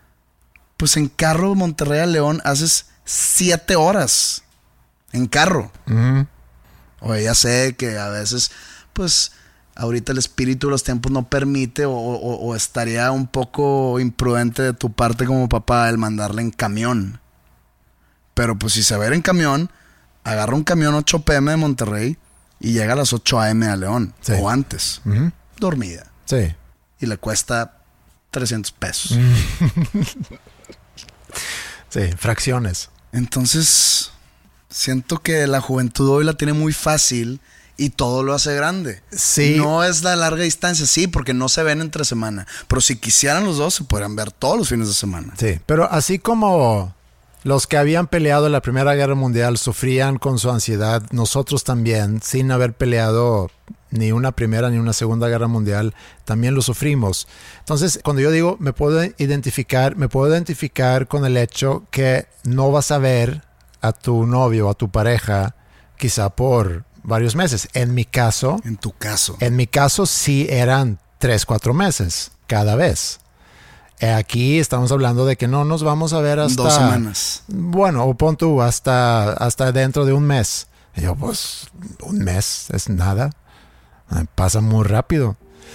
Pues en carro Monterrey a León haces siete horas. En carro. Uh-huh. Oye, ya sé que a veces, pues, ahorita el espíritu de los tiempos no permite o, o, o estaría un poco imprudente de tu parte como papá el mandarle en camión. Pero pues si se va a ir en camión, agarra un camión ocho pm de Monterrey y llega a las ocho am a León. Sí. O antes. Uh-huh. Dormida. Sí. Y le cuesta trescientos pesos. Uh-huh. Sí, fracciones. Entonces, siento que la juventud hoy la tiene muy fácil y todo lo hace grande. Sí. No es la larga distancia, sí, porque no se ven entre semana. Pero si quisieran los dos, se podrían ver todos los fines de semana. Sí, pero así como los que habían peleado en la Primera Guerra Mundial sufrían con su ansiedad, nosotros también, sin haber peleado ni una Primera ni una Segunda Guerra Mundial, también lo sufrimos. Entonces, cuando yo digo me puedo identificar, me puedo identificar con el hecho que no vas a ver a tu novio o a tu pareja quizá por varios meses. En mi caso... En tu caso. En mi caso sí eran tres, cuatro meses cada vez. Aquí estamos hablando de que no nos vamos a ver hasta... Dos semanas. Bueno, o pon tú hasta, hasta dentro de un mes. Y yo, pues, un mes es nada. Pasa muy rápido.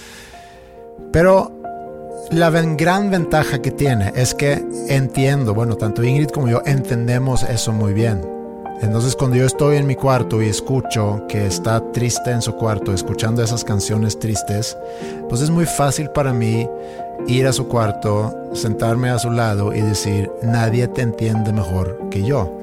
Pero la ven, gran ventaja que tiene es que entiendo, bueno, tanto Ingrid como yo entendemos eso muy bien. Entonces cuando yo estoy en mi cuarto y escucho que está triste en su cuarto, escuchando esas canciones tristes, pues es muy fácil para mí ir a su cuarto, sentarme a su lado y decir, nadie te entiende mejor que yo.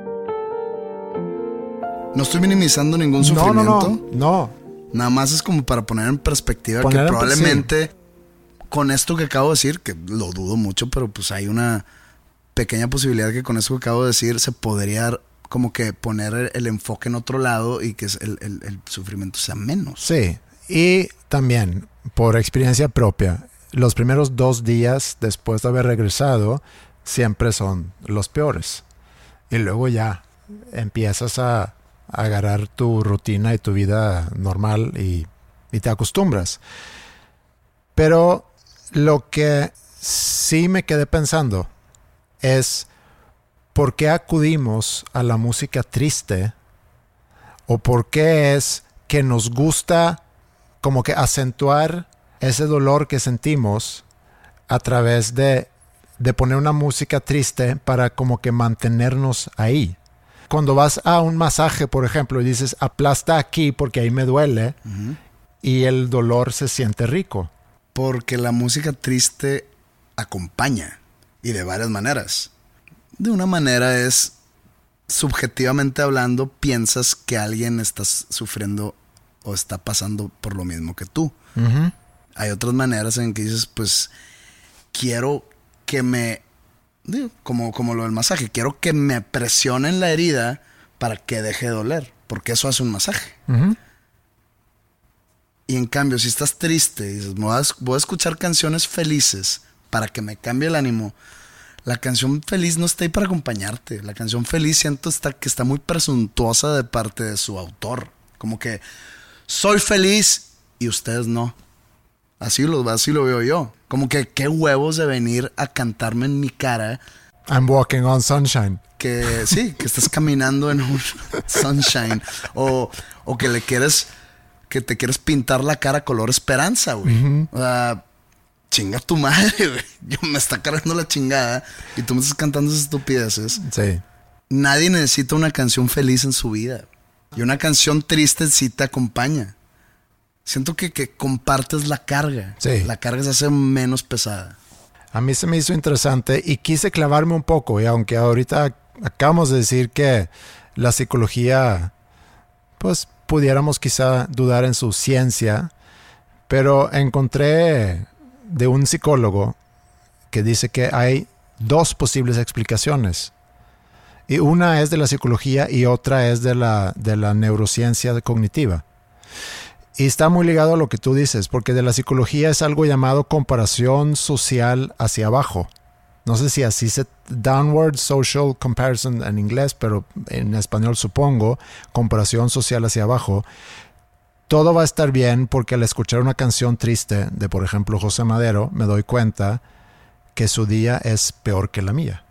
No estoy minimizando ningún sufrimiento. No, no, no, no. Nada más es como para poner en perspectiva poner que probablemente sí. Con esto que acabo de decir, que lo dudo mucho, pero pues hay una pequeña posibilidad que con esto que acabo de decir se podría como que poner el, el enfoque en otro lado y que el, el, el sufrimiento sea menos. Sí, y también por experiencia propia, los primeros dos días después de haber regresado siempre son los peores. Y luego ya empiezas a, a agarrar tu rutina y tu vida normal y, y te acostumbras. Pero lo que sí me quedé pensando es por qué acudimos a la música triste o por qué es que nos gusta como que acentuar ese dolor que sentimos a través de, de poner una música triste para como que mantenernos ahí. Cuando vas a un masaje, por ejemplo, y dices aplasta aquí porque ahí me duele, uh-huh. y el dolor se siente rico. Porque la música triste acompaña, y de varias maneras. De una manera es, subjetivamente hablando, piensas que alguien está sufriendo o está pasando por lo mismo que tú. Uh-huh. Hay otras maneras en que dices, pues, quiero que me, digo, como, como lo del masaje, quiero que me presionen la herida para que deje de doler, porque eso hace un masaje. Uh-huh. Y en cambio, si estás triste y dices, voy a, voy a escuchar canciones felices para que me cambie el ánimo, la canción feliz no está ahí para acompañarte. La canción feliz siento está, que está muy presuntuosa de parte de su autor. Como que soy feliz y ustedes no. Así lo, así lo veo yo. Como que qué huevos de venir a cantarme en mi cara. I'm walking on sunshine. Que sí, que estás caminando en un sunshine. O, o que le quieres, que te quieres pintar la cara color esperanza, güey. Uh-huh. O sea, chinga tu madre, güey. Yo me está cargando la chingada y tú me estás cantando esas estupideces. Sí. Nadie necesita una canción feliz en su vida. Y una canción triste sí te acompaña. Siento que, que compartes la carga. Sí. La carga se hace menos pesada. A mí se me hizo interesante y quise clavarme un poco. Y aunque ahorita acabamos de decir que la psicología, pues pudiéramos quizá dudar en su ciencia, pero encontré de un psicólogo que dice que hay dos posibles explicaciones. Y una es de la psicología y otra es de la, de la neurociencia cognitiva. Y está muy ligado a lo que tú dices, porque de la psicología es algo llamado comparación social hacia abajo. No sé si así se... Downward social comparison en inglés, pero en español supongo, comparación social hacia abajo. Todo va a estar bien porque al escuchar una canción triste de, por ejemplo, José Madero, me doy cuenta que su día es peor que la mía.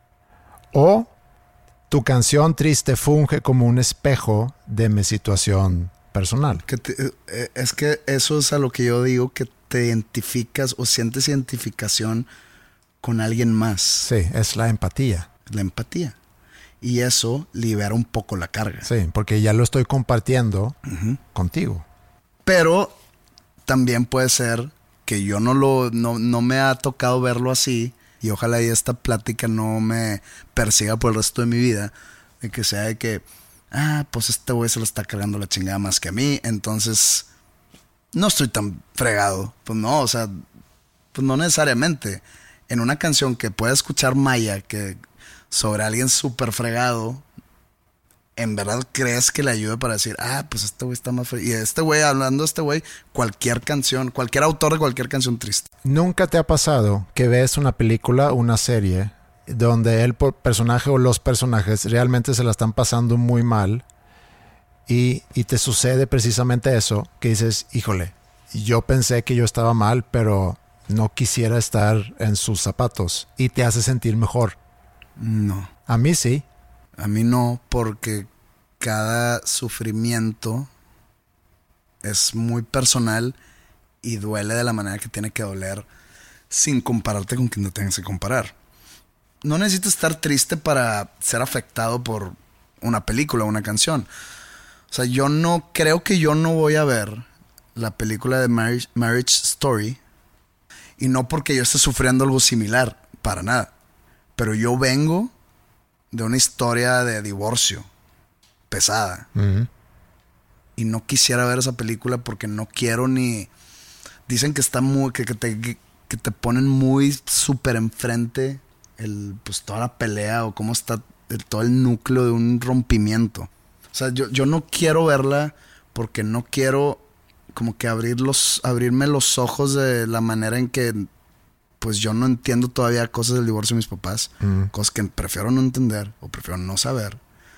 O tu canción triste funge como un espejo de mi situación personal. Que te, es que eso es a lo que yo digo, que te identificas o sientes identificación con alguien más. Sí, es la empatía. La empatía. Y eso libera un poco la carga. Sí, porque ya lo estoy compartiendo uh-huh. contigo. Pero también puede ser que yo no lo no, no me ha tocado verlo así, y ojalá y esta plática no me persiga por el resto de mi vida, de que sea de que ah, pues este güey se lo está cargando la chingada más que a mí, entonces no estoy tan fregado. Pues no, o sea, pues no necesariamente. En una canción que pueda escuchar Maya, que sobre alguien súper fregado, ¿en verdad crees que le ayude para decir, ah, pues este güey está más fregado? Y este güey, hablando de este güey, cualquier canción, cualquier autor de cualquier canción triste. ¿Nunca te ha pasado que ves una película, una serie, donde el personaje o los personajes realmente se la están pasando muy mal y, y te sucede precisamente eso, que dices, híjole, yo pensé que yo estaba mal, pero no quisiera estar en sus zapatos, y te hace sentir mejor? No. A mí sí. A mí no, porque cada sufrimiento es muy personal y duele de la manera que tiene que doler, sin compararte con quien no tengas que comparar. No necesitas estar triste para ser afectado por una película o una canción. O sea, yo no creo que yo no voy a ver la película de Marriage, Marriage Story, y no porque yo esté sufriendo algo similar, para nada. Pero yo vengo de una historia de divorcio pesada. Uh-huh. Y no quisiera ver esa película porque no quiero ni... Dicen que está muy... Que, que, te, que te ponen muy súper enfrente el, pues toda la pelea o cómo está de todo el núcleo de un rompimiento. O sea, yo, yo no quiero verla porque no quiero como que abrir los, abrirme los ojos de la manera en que pues yo no entiendo todavía cosas del divorcio de mis papás, mm. cosas que prefiero no entender o prefiero no saber.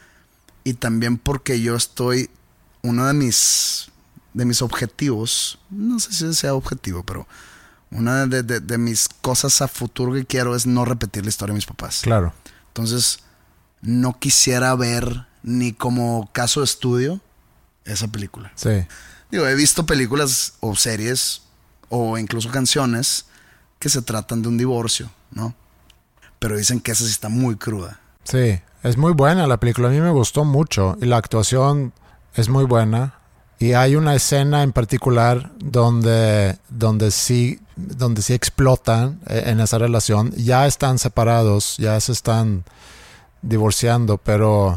Y también porque yo estoy, uno de mis, de mis objetivos, no sé si sea objetivo, pero una de, de, de mis cosas a futuro que quiero es no repetir la historia de mis papás. Claro. Entonces, no quisiera ver ni como caso de estudio esa película. Sí. Digo, he visto películas o series o incluso canciones que se tratan de un divorcio, ¿no? Pero dicen que esa sí está muy cruda. Sí, es muy buena la película. A mí me gustó mucho y la actuación es muy buena. Y hay una escena en particular donde, donde, sí, donde sí explotan en esa relación. Ya están separados, ya se están divorciando, pero...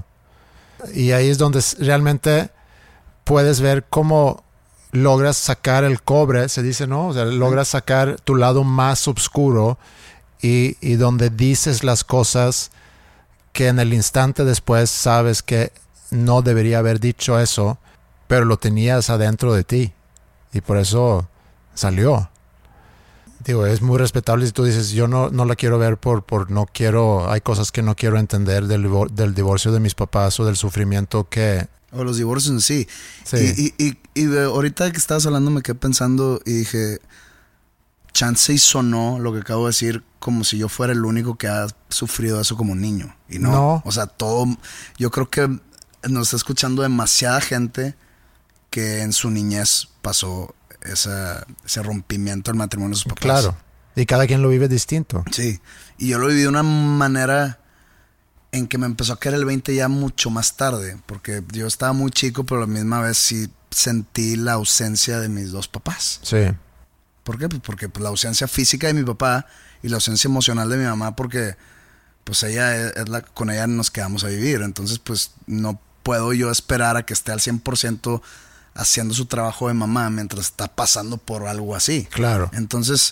Y ahí es donde realmente puedes ver cómo logras sacar el cobre, se dice, ¿no? O sea, logras sacar tu lado más oscuro y, y donde dices las cosas que en el instante después sabes que no debería haber dicho eso, pero lo tenías adentro de ti y por eso salió. Digo, es muy respetable si tú dices, yo no, no la quiero ver por, por no quiero, hay cosas que no quiero entender del, del divorcio de mis papás o del sufrimiento que... O los divorcios en sí. Sí. Y, y, y, y de ahorita que estabas hablando me quedé pensando y dije, chance y sonó lo que acabo de decir como si yo fuera el único que ha sufrido eso como niño. Y no, no. O sea, todo, yo creo que nos está escuchando demasiada gente que en su niñez pasó esa, ese rompimiento del matrimonio de sus papás. Claro, y cada quien lo vive distinto. Sí, y yo lo viví de una manera en que me empezó a caer el veinte ya mucho más tarde, porque yo estaba muy chico, pero a la misma vez sí sentí la ausencia de mis dos papás. Sí. ¿Por qué? Pues porque pues, la ausencia física de mi papá y la ausencia emocional de mi mamá, porque pues ella es, es la, con ella nos quedamos a vivir, entonces pues no puedo yo esperar a que esté al cien por ciento haciendo su trabajo de mamá mientras está pasando por algo así. Claro. Entonces,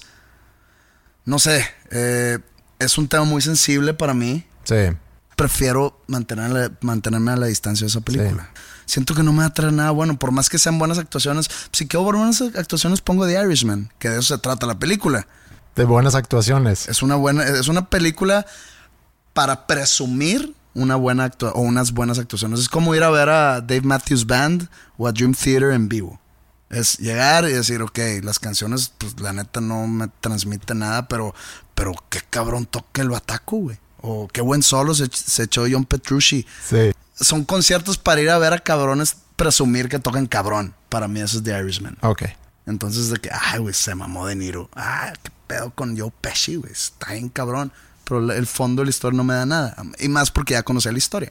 no sé, eh, es un tema muy sensible para mí. Sí. Prefiero mantenerle, mantenerme a la distancia de esa película. Sí. Siento que no me va a traer nada bueno, por más que sean buenas actuaciones. Si quiero ver buenas actuaciones, pongo The Irishman, que de eso se trata la película. De buenas actuaciones. Es una buena, es una película para presumir una buena actua- o unas buenas actuaciones. Es como ir a ver a Dave Matthews Band o a Dream Theater en vivo. Es llegar y decir, ok, las canciones, pues la neta no me transmiten nada, pero, pero qué cabrón toca el bataco, güey. O qué buen solo se, se echó John Petrucci. Sí. Son conciertos para ir a ver a cabrones presumir que tocan cabrón. Para mí eso es The Irishman. Ok. Entonces de que, ay, güey, se mamó De Niro. Ah, qué pedo con Joe Pesci, güey. Está bien cabrón. Pero el fondo de la historia no me da nada. Y más porque ya conocía la historia.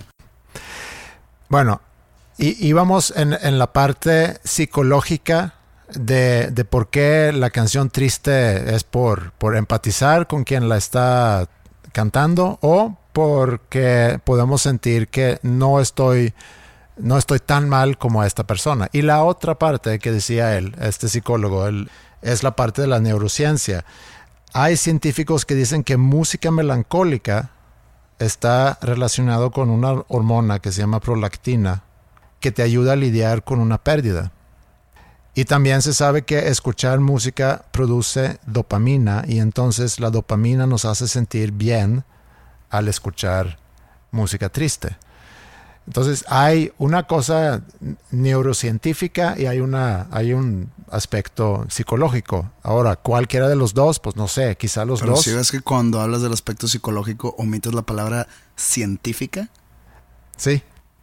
Bueno, y íbamos en, en la parte psicológica de, de por qué la canción triste es por, por empatizar con quien la está cantando o porque podemos sentir que no estoy, no estoy tan mal como esta persona. Y la otra parte que decía él, este psicólogo, él, es la parte de la neurociencia. Hay científicos que dicen que música melancólica está relacionado con una hormona que se llama prolactina, que te ayuda a lidiar con una pérdida. Y también se sabe que escuchar música produce dopamina y entonces la dopamina nos hace sentir bien al escuchar música triste. Entonces hay una cosa neurocientífica y hay, una, hay un aspecto psicológico. Ahora, cualquiera de los dos, pues no sé, quizá los Pero dos. si ves que cuando hablas del aspecto psicológico omites la palabra científica. Sí.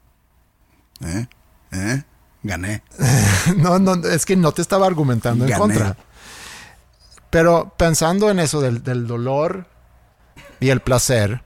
¿Eh? ¿Eh? Gané. no, no, es que no te estaba argumentando Gané. en contra. Pero pensando en eso del, del dolor y el placer,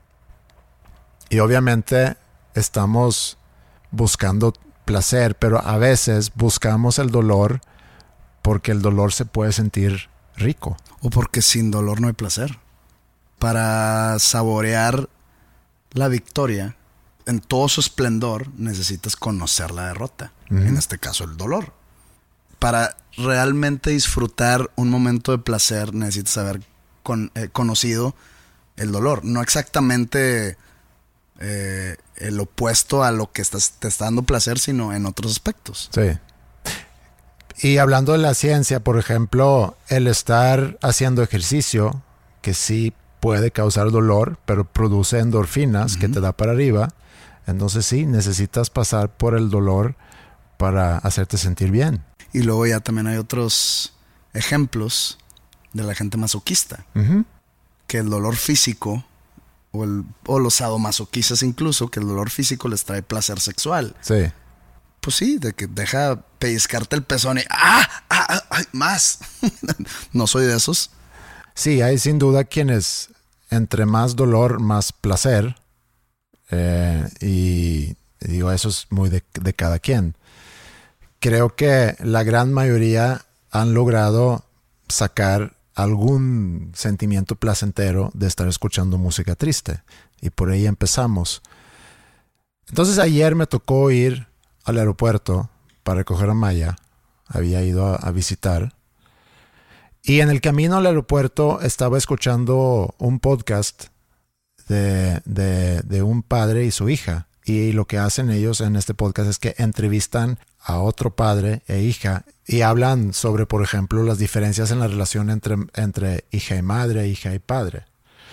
y obviamente estamos buscando placer, pero a veces buscamos el dolor porque el dolor se puede sentir rico. O porque sin dolor no hay placer. Para saborear la victoria en todo su esplendor necesitas conocer la derrota. Uh-huh. En este caso el dolor. Para realmente disfrutar un momento de placer necesitas haber con, eh, conocido el dolor. No exactamente eh, el opuesto a lo que estás, te está dando placer, sino en otros aspectos. Sí. Y hablando de la ciencia, por ejemplo, el estar haciendo ejercicio, que sí puede causar dolor, pero produce endorfinas, uh-huh, que te da para arriba. Entonces sí, necesitas pasar por el dolor para hacerte sentir bien. Y luego ya también hay otros ejemplos de la gente masoquista. Uh-huh. Que el dolor físico, o, el, o los sadomasoquistas incluso, que el dolor físico les trae placer sexual. Sí. Pues sí, de que deja pellizcarte el pezón y ¡ah! ¡Ah! ¡Ah! ¡Más! No soy de esos. Sí, hay sin duda quienes entre más dolor, más placer. Eh, y digo, eso es muy de, de cada quien. Creo que la gran mayoría han logrado sacar algún sentimiento placentero de estar escuchando música triste. Y por ahí empezamos. Entonces ayer me tocó ir al aeropuerto para recoger a Maya. Había ido a, a visitar. Y en el camino al aeropuerto estaba escuchando un podcast de, de, de un padre y su hija. Y lo que hacen ellos en este podcast es que entrevistan a otro padre e hija y hablan sobre, por ejemplo, las diferencias en la relación entre, entre hija y madre, hija y padre.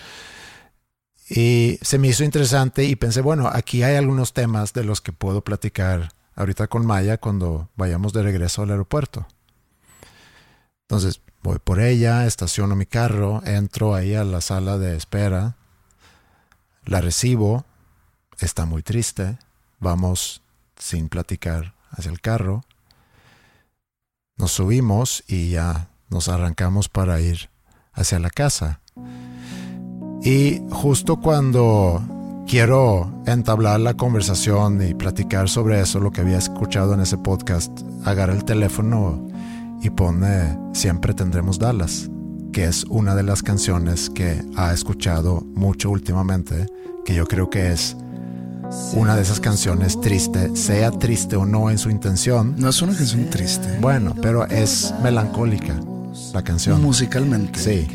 Y se me hizo interesante y pensé, bueno, aquí hay algunos temas de los que puedo platicar ahorita con Maya cuando vayamos de regreso al aeropuerto. Entonces voy por ella, estaciono mi carro, entro ahí a la sala de espera, la recibo, está muy triste, vamos sin platicar hacia el carro, nos subimos y ya nos arrancamos para ir hacia la casa. Y justo cuando quiero entablar la conversación y platicar sobre eso, lo que había escuchado en ese podcast, agarra el teléfono y pone Siempre Tendremos Dallas, que es una de las canciones que ha escuchado mucho últimamente, que yo creo que es una de esas canciones triste, sea triste o no en su intención. No es una canción triste. Bueno, pero es melancólica la canción. Musicalmente. Sí.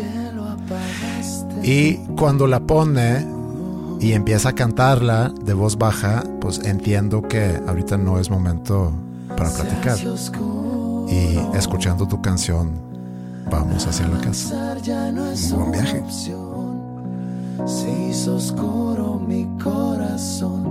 Y cuando la pone y empieza a cantarla de voz baja, pues entiendo que ahorita no es momento para platicar. Y escuchando tu canción, vamos hacia la casa. Un buen viaje. Se hizo oscuro mi corazón.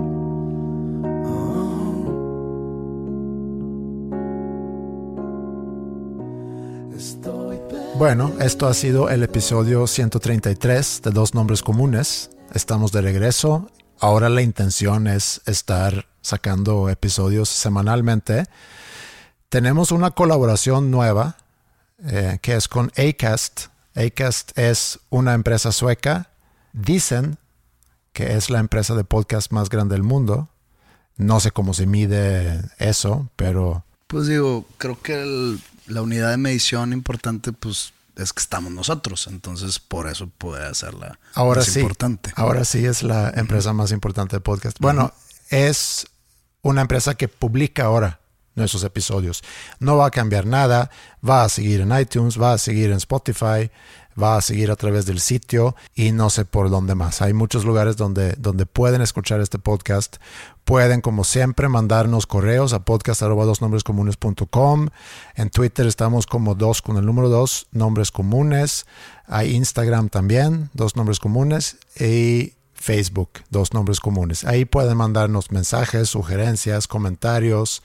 Oh. Estoy Bueno, esto ha sido el episodio ciento treinta y tres de Dos Nombres Comunes. Estamos de regreso. Ahora la intención es estar sacando episodios semanalmente. Tenemos una colaboración nueva eh, que es con Acast. Acast es una empresa sueca. Dicen que es la empresa de podcast más grande del mundo. No sé cómo se mide eso, pero... Pues digo, creo que el, la unidad de medición importante pues es que estamos nosotros. Entonces por eso puede ser la ahora más sí, importante. Ahora sí es la empresa uh-huh. más importante de podcast. Bueno, uh-huh. es una empresa que publica ahora nuestros episodios. No va a cambiar nada. Va a seguir en iTunes, va a seguir en Spotify, va a seguir a través del sitio y no sé por dónde más. Hay muchos lugares donde, donde pueden escuchar este podcast. Pueden, como siempre, mandarnos correos a podcast arroba dos nombres comunes punto com. En Twitter estamos como dos con el número dos, nombres comunes. Hay Instagram también, dos nombres comunes. Y Facebook, dos nombres comunes. Ahí pueden mandarnos mensajes, sugerencias, comentarios.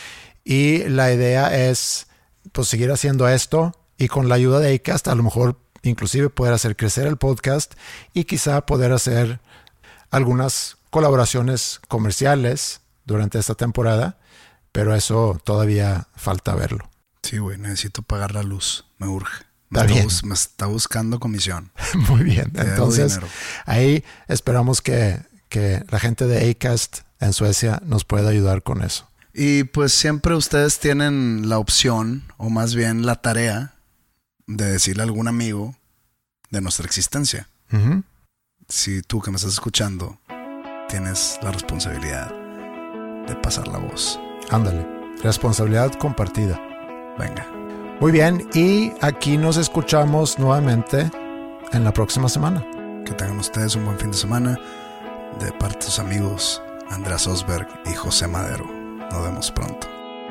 Y la idea es pues seguir haciendo esto y con la ayuda de Acast a lo mejor inclusive poder hacer crecer el podcast y quizá poder hacer algunas colaboraciones comerciales durante esta temporada, pero eso todavía falta verlo. Sí, güey, necesito pagar la luz, me urge. Me Está está, bien. bus- me está buscando comisión. Muy bien, Te debo entonces dinero. ahí esperamos que, que la gente de Acast en Suecia nos pueda ayudar con eso. Y pues siempre ustedes tienen la opción, o más bien la tarea, de decirle a algún amigo de nuestra existencia. Uh-huh. Si tú que me estás escuchando tienes la responsabilidad de pasar la voz. Ándale, responsabilidad compartida. Venga. Muy bien, y aquí nos escuchamos nuevamente en la próxima semana. Que tengan ustedes un buen fin de semana De parte de tus amigos Andrés Osberg y José Madero. Nos vemos pronto.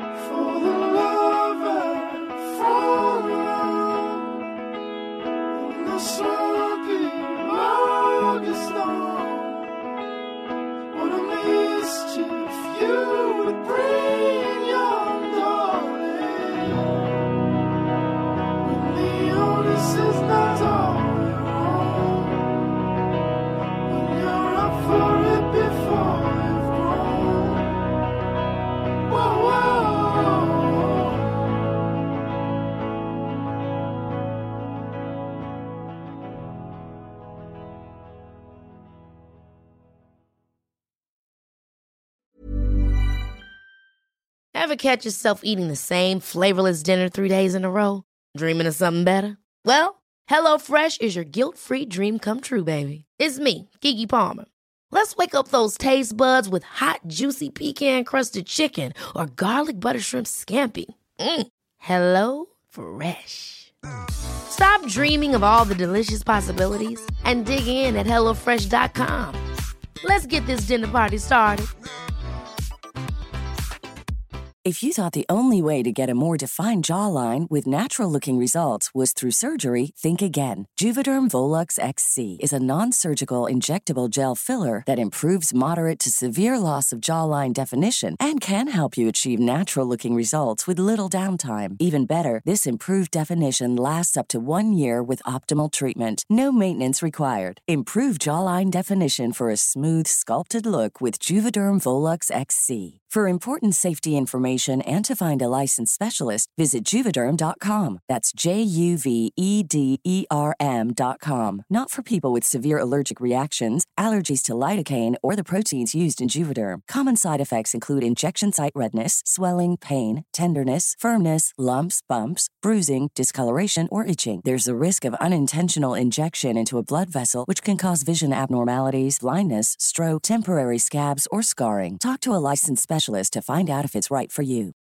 Ever catch yourself eating the same flavorless dinner three days in a row? Dreaming of something better? Well, HelloFresh is your guilt-free dream come true, baby. It's me, Keke Palmer. Let's wake up those taste buds with hot, juicy pecan-crusted chicken or garlic butter shrimp scampi. Mm. Hello Fresh. Stop dreaming of all the delicious possibilities and dig in at hello fresh dot com. Let's get this dinner party started. If you thought the only way to get a more defined jawline with natural-looking results was through surgery, think again. Juvederm Volux X C is a non-surgical injectable gel filler that improves moderate to severe loss of jawline definition and can help you achieve natural-looking results with little downtime. Even better, this improved definition lasts up to one year with optimal treatment. No maintenance required. Improve jawline definition for a smooth, sculpted look with Juvederm Volux X C. For important safety information and to find a licensed specialist, visit Juvederm dot com. That's J U V E D E R M dot com. Not for people with severe allergic reactions, allergies to lidocaine, or the proteins used in Juvederm. Common side effects include injection site redness, swelling, pain, tenderness, firmness, lumps, bumps, bruising, discoloration, or itching. There's a risk of unintentional injection into a blood vessel, which can cause vision abnormalities, blindness, stroke, temporary scabs, or scarring. Talk to a licensed specialist to find out if it's right for you.